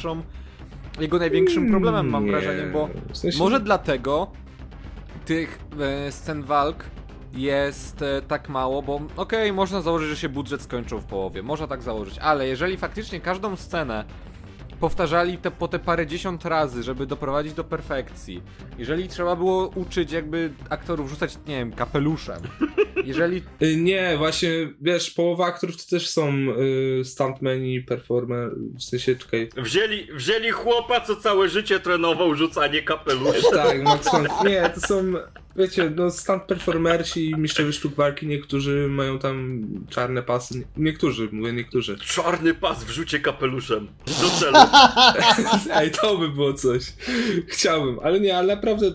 [SPEAKER 2] największym problemem, mam wrażenie, bo
[SPEAKER 1] w sensie,
[SPEAKER 2] może dlatego tych scen walk jest tak mało, bo można założyć, że się budżet skończył w połowie, można tak założyć, ale jeżeli faktycznie każdą scenę powtarzali po te parędziesiąt razy, żeby doprowadzić do perfekcji, jeżeli trzeba było uczyć jakby aktorów rzucać, nie wiem, kapeluszem, jeżeli...
[SPEAKER 1] Nie, właśnie, wiesz, połowa aktorów to też są stuntmeni, performer, w sensie, czekaj.
[SPEAKER 3] Wzięli chłopa, co całe życie trenował rzucanie kapelusza.
[SPEAKER 1] Tak, Max Hunt. Nie, to są, wiecie, stunt performersi i mistrzowie sztuk walki, niektórzy mają tam czarne pasy, niektórzy.
[SPEAKER 3] Czarny pas w rzucie kapeluszem. Do celu.
[SPEAKER 1] Ej, to by było coś. Chciałbym, ale nie, ale naprawdę...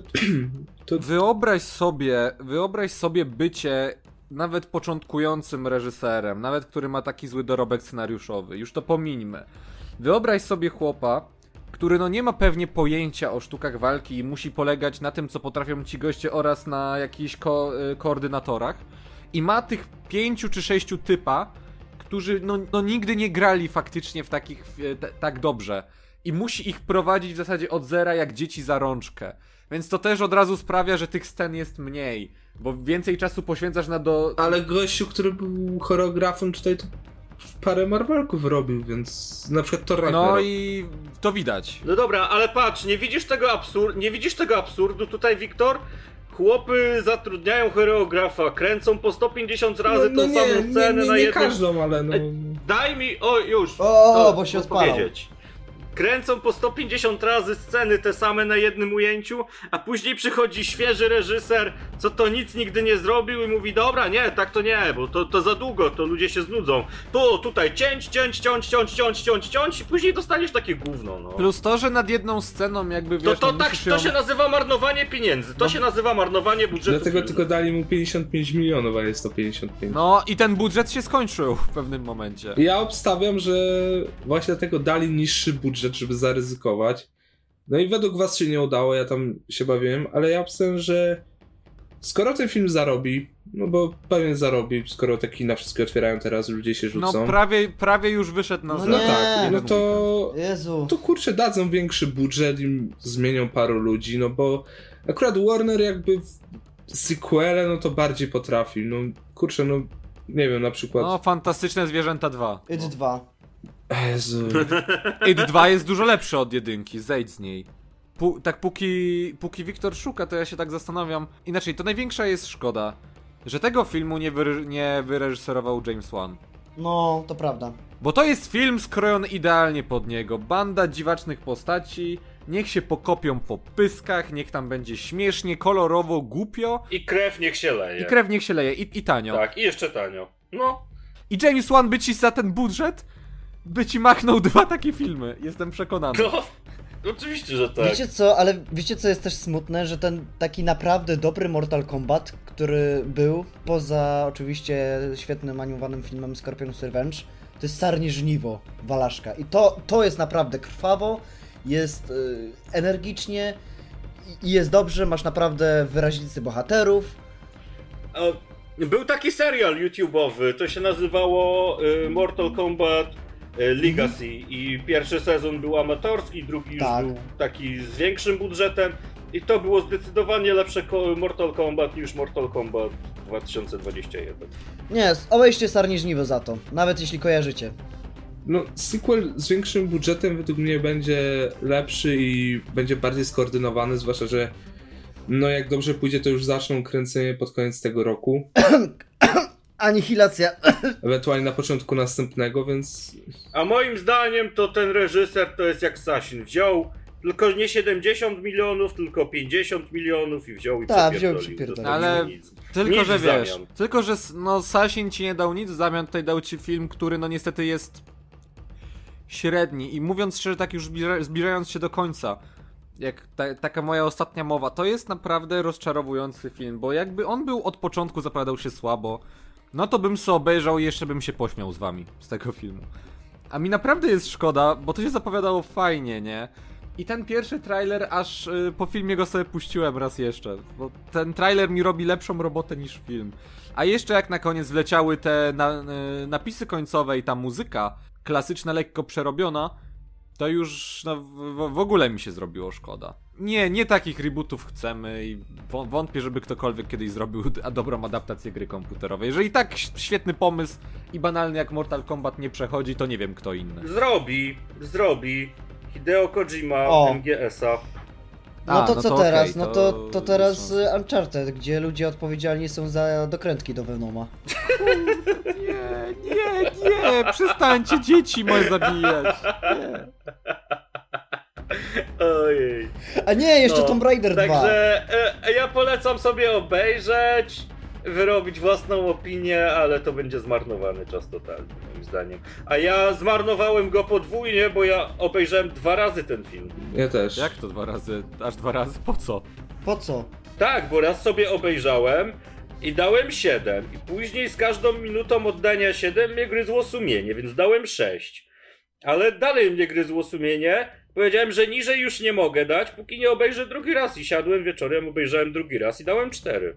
[SPEAKER 2] Wyobraź sobie bycie nawet początkującym reżyserem, nawet który ma taki zły dorobek scenariuszowy, już to pomińmy. Wyobraź sobie chłopa, który no nie ma pewnie pojęcia o sztukach walki i musi polegać na tym, co potrafią ci goście oraz na jakichś koordynatorach. I ma tych 5 czy 6 typa, którzy no nigdy nie grali faktycznie w takich tak dobrze. I musi ich prowadzić w zasadzie od zera jak dzieci za rączkę. Więc to też od razu sprawia, że tych scen jest mniej. Bo więcej czasu poświęcasz na
[SPEAKER 1] Ale gościu, który był choreografem tutaj, to parę Marvelków robił, więc na przykład to Ragnarok.
[SPEAKER 2] No i to widać.
[SPEAKER 3] No dobra, ale patrz, nie widzisz tego absurdu tutaj, Wiktor? Chłopy zatrudniają choreografa, kręcą po 150 razy tą samą scenę na
[SPEAKER 1] nie
[SPEAKER 3] jednym...
[SPEAKER 1] każdą, ale no...
[SPEAKER 3] Daj mi, już!
[SPEAKER 4] Bo się odpalał.
[SPEAKER 3] Kręcą po 150 razy sceny te same na jednym ujęciu, a później przychodzi świeży reżyser, co to nic nigdy nie zrobił i mówi, dobra, nie, tak to nie, bo to za długo, to ludzie się znudzą. Tutaj ciąć i później dostaniesz takie gówno, no.
[SPEAKER 2] Plus to, że nad jedną sceną jakby wiesz...
[SPEAKER 3] To się nazywa marnowanie pieniędzy, to się nazywa marnowanie budżetu.
[SPEAKER 1] Dlatego
[SPEAKER 3] filmu.
[SPEAKER 1] tylko dali mu 55 milionów, a jest to 55.
[SPEAKER 2] No i ten budżet się skończył w pewnym momencie.
[SPEAKER 1] Ja obstawiam, że właśnie dlatego dali niższy budżet, żeby zaryzykować. No i według was się nie udało, ja tam się bawiłem, ale ja obstawiam, że skoro ten film zarobi, no bo pewnie zarobi, skoro te kina wszystkie otwierają teraz, ludzie się rzucą.
[SPEAKER 2] No prawie już wyszedł na
[SPEAKER 4] No
[SPEAKER 2] zero.
[SPEAKER 4] nie.
[SPEAKER 1] Tak, no to...
[SPEAKER 4] Jezu.
[SPEAKER 1] To kurczę, dadzą większy budżet i zmienią paru ludzi, no bo akurat Warner jakby w sequele, no to bardziej potrafi, no kurczę, no nie wiem, na przykład...
[SPEAKER 2] No, Fantastyczne Zwierzęta 2.
[SPEAKER 4] It 2.
[SPEAKER 1] Jezu.
[SPEAKER 2] It 2 jest dużo lepszy od jedynki, zejdź z niej. Póki Wiktor szuka, to ja się tak zastanawiam. Inaczej, to największa jest szkoda, że tego filmu nie wyreżyserował James Wan.
[SPEAKER 4] No, to prawda.
[SPEAKER 2] Bo to jest film skrojony idealnie pod niego. Banda dziwacznych postaci, niech się pokopią po pyskach, niech tam będzie śmiesznie, kolorowo, głupio.
[SPEAKER 3] I krew niech się leje.
[SPEAKER 2] I krew niech się leje, i tanio.
[SPEAKER 3] Tak, i jeszcze tanio. No.
[SPEAKER 2] I James Wan by ci za ten budżet, by ci machnął 2 takie filmy. Jestem przekonany.
[SPEAKER 3] No. Oczywiście, że tak.
[SPEAKER 4] Wiecie co, ale wiecie co jest też smutne, że ten taki naprawdę dobry Mortal Kombat, który był, poza oczywiście świetnym animowanym filmem Scorpion's Revenge, to jest Sarnie Żniwo, Walaszka. I to jest naprawdę krwawo, jest energicznie i jest dobrze, masz naprawdę wyrazisty bohaterów.
[SPEAKER 3] Był taki serial YouTube'owy, to się nazywało Mortal Kombat Legacy i pierwszy sezon był amatorski, drugi już
[SPEAKER 4] Tak.
[SPEAKER 3] był taki z większym budżetem i to było zdecydowanie lepsze Mortal Kombat niż Mortal Kombat 2021.
[SPEAKER 4] Nie, obejście Sarnie Żniwo za to, nawet jeśli kojarzycie.
[SPEAKER 1] No, sequel z większym budżetem według mnie będzie lepszy i będzie bardziej skoordynowany, zwłaszcza, że no jak dobrze pójdzie, to już zaczną kręcenie pod koniec tego roku,
[SPEAKER 4] Anihilacja.
[SPEAKER 1] ewentualnie na początku następnego, więc...
[SPEAKER 3] A moim zdaniem to ten reżyser to jest jak Sasin. Wziął tylko nie 70 milionów, tylko 50 milionów i wziął i
[SPEAKER 4] Tak,
[SPEAKER 3] przepierdolił.
[SPEAKER 4] wziął i przypierdolił.
[SPEAKER 3] Dostał
[SPEAKER 2] Ale
[SPEAKER 3] nic.
[SPEAKER 2] tylko,
[SPEAKER 3] Nic
[SPEAKER 2] że
[SPEAKER 3] w
[SPEAKER 2] wiesz,
[SPEAKER 3] zamian.
[SPEAKER 2] tylko, że no Sasin ci nie dał nic w zamian, tutaj dał ci film, który no niestety jest średni i mówiąc szczerze, tak już zbliżając się do końca, jak taka moja ostatnia mowa, to jest naprawdę rozczarowujący film, bo jakby on był od początku zapowiadał się słabo, no to bym sobie obejrzał i jeszcze bym się pośmiał z wami z tego filmu. A mi naprawdę jest szkoda, bo to się zapowiadało fajnie, nie? I ten pierwszy trailer, aż po filmie go sobie puściłem raz jeszcze, bo ten trailer mi robi lepszą robotę niż film. A jeszcze jak na koniec wleciały te napisy końcowe i ta muzyka, klasyczna, lekko przerobiona, to już no, w ogóle mi się zrobiło szkoda. Nie takich rebootów chcemy i wątpię, żeby ktokolwiek kiedyś zrobił dobrą adaptację gry komputerowej. Jeżeli tak świetny pomysł i banalny jak Mortal Kombat nie przechodzi, to nie wiem kto inny.
[SPEAKER 3] Zrobi. Hideo Kojima,
[SPEAKER 4] O.
[SPEAKER 3] MGS-a.
[SPEAKER 4] No to
[SPEAKER 2] no
[SPEAKER 4] co
[SPEAKER 2] to
[SPEAKER 4] teraz?
[SPEAKER 2] okej,
[SPEAKER 4] No to teraz Uncharted, gdzie ludzie odpowiedzialni są za dokrętki do Venoma.
[SPEAKER 2] Nie, przestańcie dzieci moje zabijać. Nie.
[SPEAKER 3] Ojej.
[SPEAKER 4] A nie, jeszcze
[SPEAKER 3] No,
[SPEAKER 4] Tomb Raider 2.
[SPEAKER 3] Także ja polecam sobie obejrzeć, wyrobić własną opinię, ale to będzie zmarnowany czas totalny, moim zdaniem. A ja zmarnowałem go podwójnie, bo ja obejrzałem 2 razy ten film.
[SPEAKER 1] Ja też.
[SPEAKER 2] Jak to 2 razy? Aż 2 razy? Po co?
[SPEAKER 4] Po co?
[SPEAKER 3] Tak, bo raz sobie obejrzałem i dałem 7 i później z każdą minutą oddania 7 mnie gryzło sumienie, więc dałem 6. Ale dalej mnie gryzło sumienie Powiedziałem, że niżej już nie mogę dać, póki nie obejrzę drugi raz. I siadłem wieczorem, obejrzałem drugi raz i dałem 4.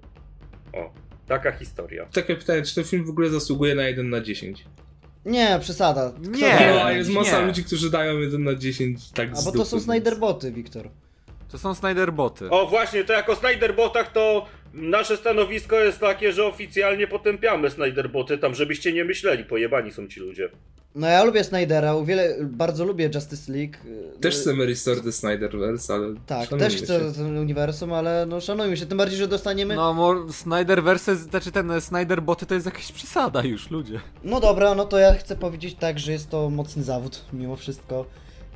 [SPEAKER 3] O, taka historia.
[SPEAKER 1] Takie pytanie, czy ten film w ogóle zasługuje na 1/10?
[SPEAKER 4] Nie, przesada. Kto
[SPEAKER 2] Nie.
[SPEAKER 4] daje?
[SPEAKER 1] No, jest masa
[SPEAKER 2] nie.
[SPEAKER 1] ludzi, którzy dają 1/10 tak
[SPEAKER 4] A
[SPEAKER 1] z
[SPEAKER 4] bo to
[SPEAKER 1] dupy,
[SPEAKER 4] są
[SPEAKER 1] więc-
[SPEAKER 4] Snyderboty, Wiktor.
[SPEAKER 2] To są Snyderboty.
[SPEAKER 3] O właśnie, to jako Snyderbotach to nasze stanowisko jest takie, że oficjalnie potępiamy Snyderboty, tam żebyście nie myśleli, pojebani są ci ludzie.
[SPEAKER 4] No ja lubię Snydera, bardzo lubię Justice League.
[SPEAKER 1] Też chcemy restore the Snyderverse, ale
[SPEAKER 4] Tak,
[SPEAKER 1] szanujmy
[SPEAKER 4] też chcę
[SPEAKER 1] się.
[SPEAKER 4] ten uniwersum, ale no szanujmy się, tym bardziej, że dostaniemy...
[SPEAKER 2] No, Snyderverse, znaczy ten Snyderboty to jest jakaś przesada już, ludzie.
[SPEAKER 4] No dobra, no to ja chcę powiedzieć tak, że jest to mocny zawód, mimo wszystko.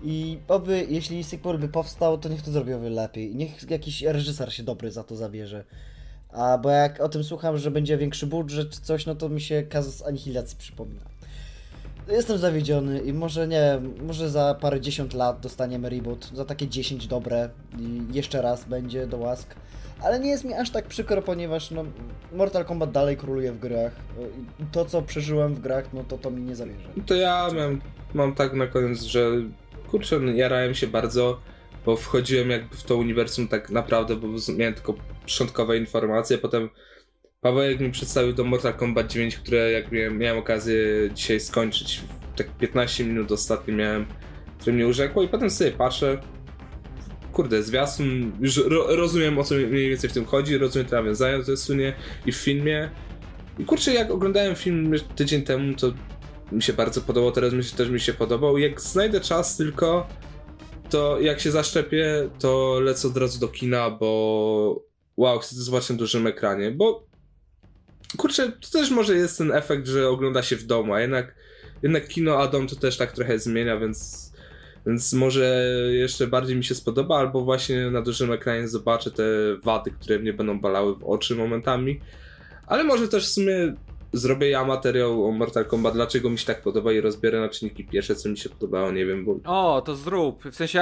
[SPEAKER 4] I oby, jeśli sequel by powstał, to niech to zrobi o wiele lepiej. Niech jakiś reżyser się dobry za to zabierze. A bo jak o tym słucham, że będzie większy budżet czy coś, no to mi się kazus Anihilacji przypomina. Jestem zawiedziony i może nie, może za parę dziesiąt lat dostaniemy reboot, za takie 10 dobre i jeszcze raz będzie do łask. Ale nie jest mi aż tak przykro, ponieważ no, Mortal Kombat dalej króluje w grach. I to, co przeżyłem w grach, no to mi nie zabierze.
[SPEAKER 1] To ja mam tak na koniec, że kurczę, no, jarałem się bardzo, bo wchodziłem jakby w to uniwersum tak naprawdę, bo miałem tylko początkowe informacje, potem Pawełek mi przedstawił do Mortal Kombat 9, które jak miałem okazję dzisiaj skończyć, tak 15 minut ostatnio miałem, które mnie urzekło i potem sobie patrzę, kurde, zwiastun, już rozumiem o co mniej więcej w tym chodzi, rozumiem te nawiązania do tej sunie i w filmie. I kurczę, jak oglądałem film tydzień temu, to mi się bardzo podobał, teraz też mi się podobał. Jak znajdę czas tylko, to jak się zaszczepię, to lecę od razu do kina, bo wow, chcę to zobaczyć na dużym ekranie, bo kurczę, to też może jest ten efekt, że ogląda się w domu, a jednak kino, a dom to też tak trochę zmienia, więc może jeszcze bardziej mi się spodoba, albo właśnie na dużym ekranie zobaczę te wady, które mnie będą balały w oczy momentami. Ale może też w sumie zrobię ja materiał o Mortal Kombat, dlaczego mi się tak podoba i rozbiorę na czynniki pierwsze, co mi się podobało, nie wiem, bo...
[SPEAKER 2] O, to zrób. W sensie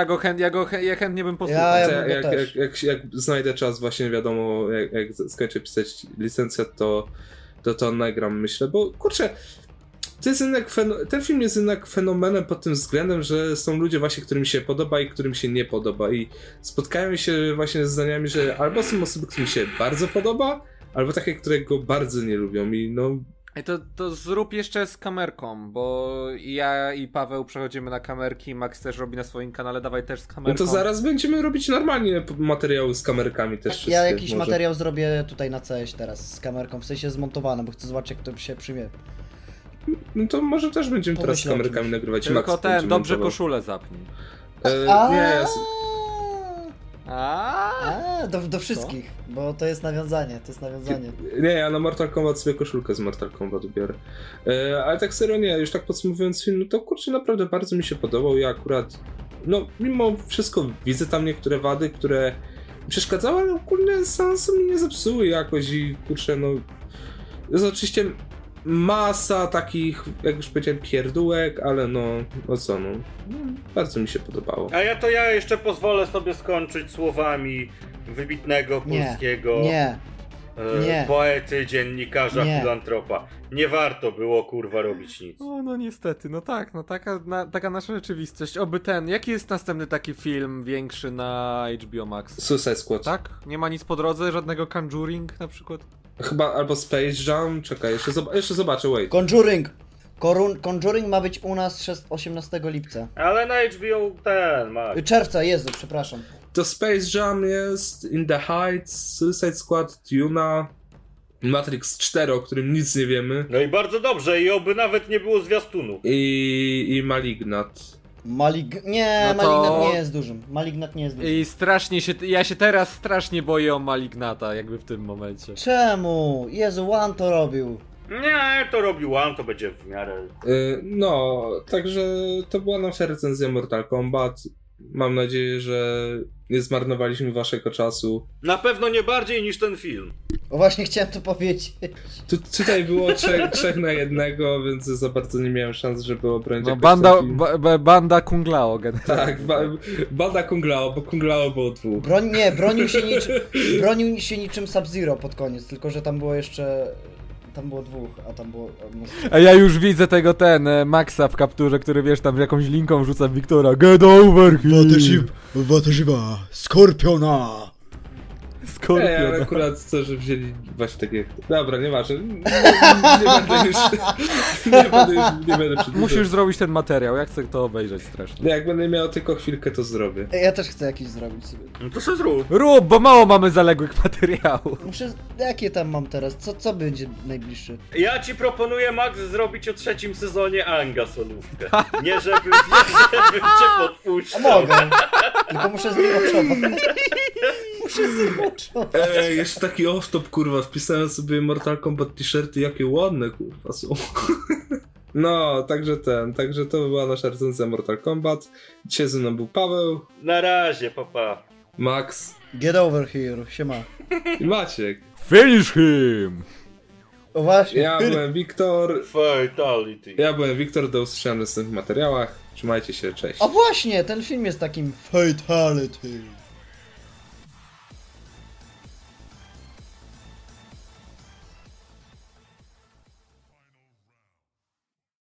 [SPEAKER 2] ja chętnie bym posłuchał.
[SPEAKER 4] Ja
[SPEAKER 1] jak znajdę czas, właśnie wiadomo, jak skończę pisać licencjat, to nagram, myślę, bo kurczę, to jest jednak ten film jest jednak fenomenem pod tym względem, że są ludzie właśnie, którym się podoba i którym się nie podoba i spotkają się właśnie z zdaniami, że albo są osoby, którym się bardzo podoba, albo takie, które go bardzo nie lubią i no...
[SPEAKER 2] To zrób jeszcze z kamerką, bo ja i Paweł przechodzimy na kamerki, Max też robi na swoim kanale, dawaj też z kamerką.
[SPEAKER 1] No to zaraz będziemy robić normalnie materiały z kamerkami też wszystkie.
[SPEAKER 4] Ja jakiś
[SPEAKER 1] może.
[SPEAKER 4] materiał zrobię tutaj na CS teraz z kamerką, w sensie zmontowane, bo chcę zobaczyć, jak to się przyjmie.
[SPEAKER 1] No to może też będziemy teraz z
[SPEAKER 4] Pomyślę o
[SPEAKER 1] kamerkami
[SPEAKER 4] czymś.
[SPEAKER 1] nagrywać.
[SPEAKER 2] Tylko
[SPEAKER 1] Max
[SPEAKER 2] ten,
[SPEAKER 1] będzie
[SPEAKER 2] dobrze
[SPEAKER 1] montował.
[SPEAKER 2] koszulę zapnij.
[SPEAKER 1] Nie,
[SPEAKER 4] Do wszystkich, bo to jest nawiązanie,
[SPEAKER 1] ja na Mortal Kombat sobie koszulkę z Mortal Kombat biorę. Ale tak serio nie, już tak podsumowując film, no to kurczę naprawdę bardzo mi się podobał. Ja akurat, no mimo wszystko widzę tam niektóre wady, które mi przeszkadzały, ale ogólnie sensu mi nie zepsuły jakoś i kurczę, no jest oczywiście masa takich, jak już powiedziałem, pierdółek, ale no co, no bardzo mi się podobało.
[SPEAKER 3] A ja jeszcze pozwolę sobie skończyć słowami wybitnego polskiego
[SPEAKER 4] Nie.
[SPEAKER 3] poety, dziennikarza,
[SPEAKER 4] Nie.
[SPEAKER 3] filantropa. Nie warto było kurwa robić nic.
[SPEAKER 2] O, no niestety, no tak, no taka nasza rzeczywistość. Oby jaki jest następny taki film większy na HBO Max?
[SPEAKER 1] Suicide Squad.
[SPEAKER 2] Tak? Nie ma nic po drodze? Żadnego Conjuring na przykład?
[SPEAKER 1] Chyba albo Space Jam, czekaj, jeszcze zobaczę, wait.
[SPEAKER 4] Conjuring ma być u nas 18 lipca.
[SPEAKER 3] Ale na HBO ma.
[SPEAKER 4] Czerwca, Jezu, przepraszam.
[SPEAKER 1] To Space Jam jest, In the Heights, Suicide Squad, Duna, Matrix 4, o którym nic nie wiemy
[SPEAKER 3] No i bardzo dobrze, i oby nawet nie było zwiastunu.
[SPEAKER 1] i Malignant.
[SPEAKER 4] Malignant nie jest dużym.
[SPEAKER 2] I strasznie ja się teraz strasznie boję o Malignata, jakby w tym momencie.
[SPEAKER 4] Czemu? Jezu, One to robił.
[SPEAKER 3] Nie, to robił One, to będzie w miarę...
[SPEAKER 1] No, także to była nasza recenzja Mortal Kombat. Mam nadzieję, że nie zmarnowaliśmy waszego czasu.
[SPEAKER 3] Na pewno nie bardziej niż ten film.
[SPEAKER 4] O, właśnie chciałem to powiedzieć.
[SPEAKER 1] Tutaj było trzech na jednego, więc za bardzo nie miałem szans, żeby obronić
[SPEAKER 2] No
[SPEAKER 1] jakoś
[SPEAKER 2] banda,
[SPEAKER 1] ten film.
[SPEAKER 2] banda Kung Lao generalnie.
[SPEAKER 1] Tak, banda Kung Lao, bo Kung Lao było dwóch.
[SPEAKER 4] Bronił się niczym Sub-Zero pod koniec, tylko że tam było jeszcze tam było 2, a tam było...
[SPEAKER 2] A ja już widzę Maxa w kapturze, który wiesz, tam jakąś linką rzuca Wiktora. Get over here!
[SPEAKER 4] Watashiwa, Skorpiona!
[SPEAKER 2] Skorpion.
[SPEAKER 1] Ej, ale akurat to, że wzięli właśnie takie... Dobra, nieważne. Nie będę już... Nie będę przedłużał.
[SPEAKER 2] Musisz zrobić ten materiał, ja chcę to obejrzeć strasznie.
[SPEAKER 1] Jak będę miał tylko chwilkę, to zrobię.
[SPEAKER 4] Ja też chcę jakiś zrobić sobie.
[SPEAKER 3] No to co zrób.
[SPEAKER 2] Rób, bo mało mamy zaległych materiałów.
[SPEAKER 4] Muszę... Jakie tam mam teraz? Co będzie najbliższe?
[SPEAKER 3] Ja ci proponuję, Max, zrobić o 3. sezonie Anga solówkę. Nie żebym cię podpuszczał.
[SPEAKER 4] A mogę. Tylko muszę zrewatchować. Muszę zrewatchować.
[SPEAKER 1] Ej, jeszcze taki off-top, kurwa, wpisałem sobie Mortal Kombat t-shirty, jakie ładne, kurwa, są. No, także to była nasza recenzja Mortal Kombat. Dzisiaj ze mną był Paweł,
[SPEAKER 3] Na razie, papa.
[SPEAKER 1] Max
[SPEAKER 4] Get over here, siema.
[SPEAKER 1] i Maciek.
[SPEAKER 2] Finish him!
[SPEAKER 4] O właśnie.
[SPEAKER 1] Ja byłem Wiktor.
[SPEAKER 3] Fatality.
[SPEAKER 1] Do usłyszenia w następnych materiałach. Trzymajcie się, cześć.
[SPEAKER 4] A właśnie, ten film jest takim fatality.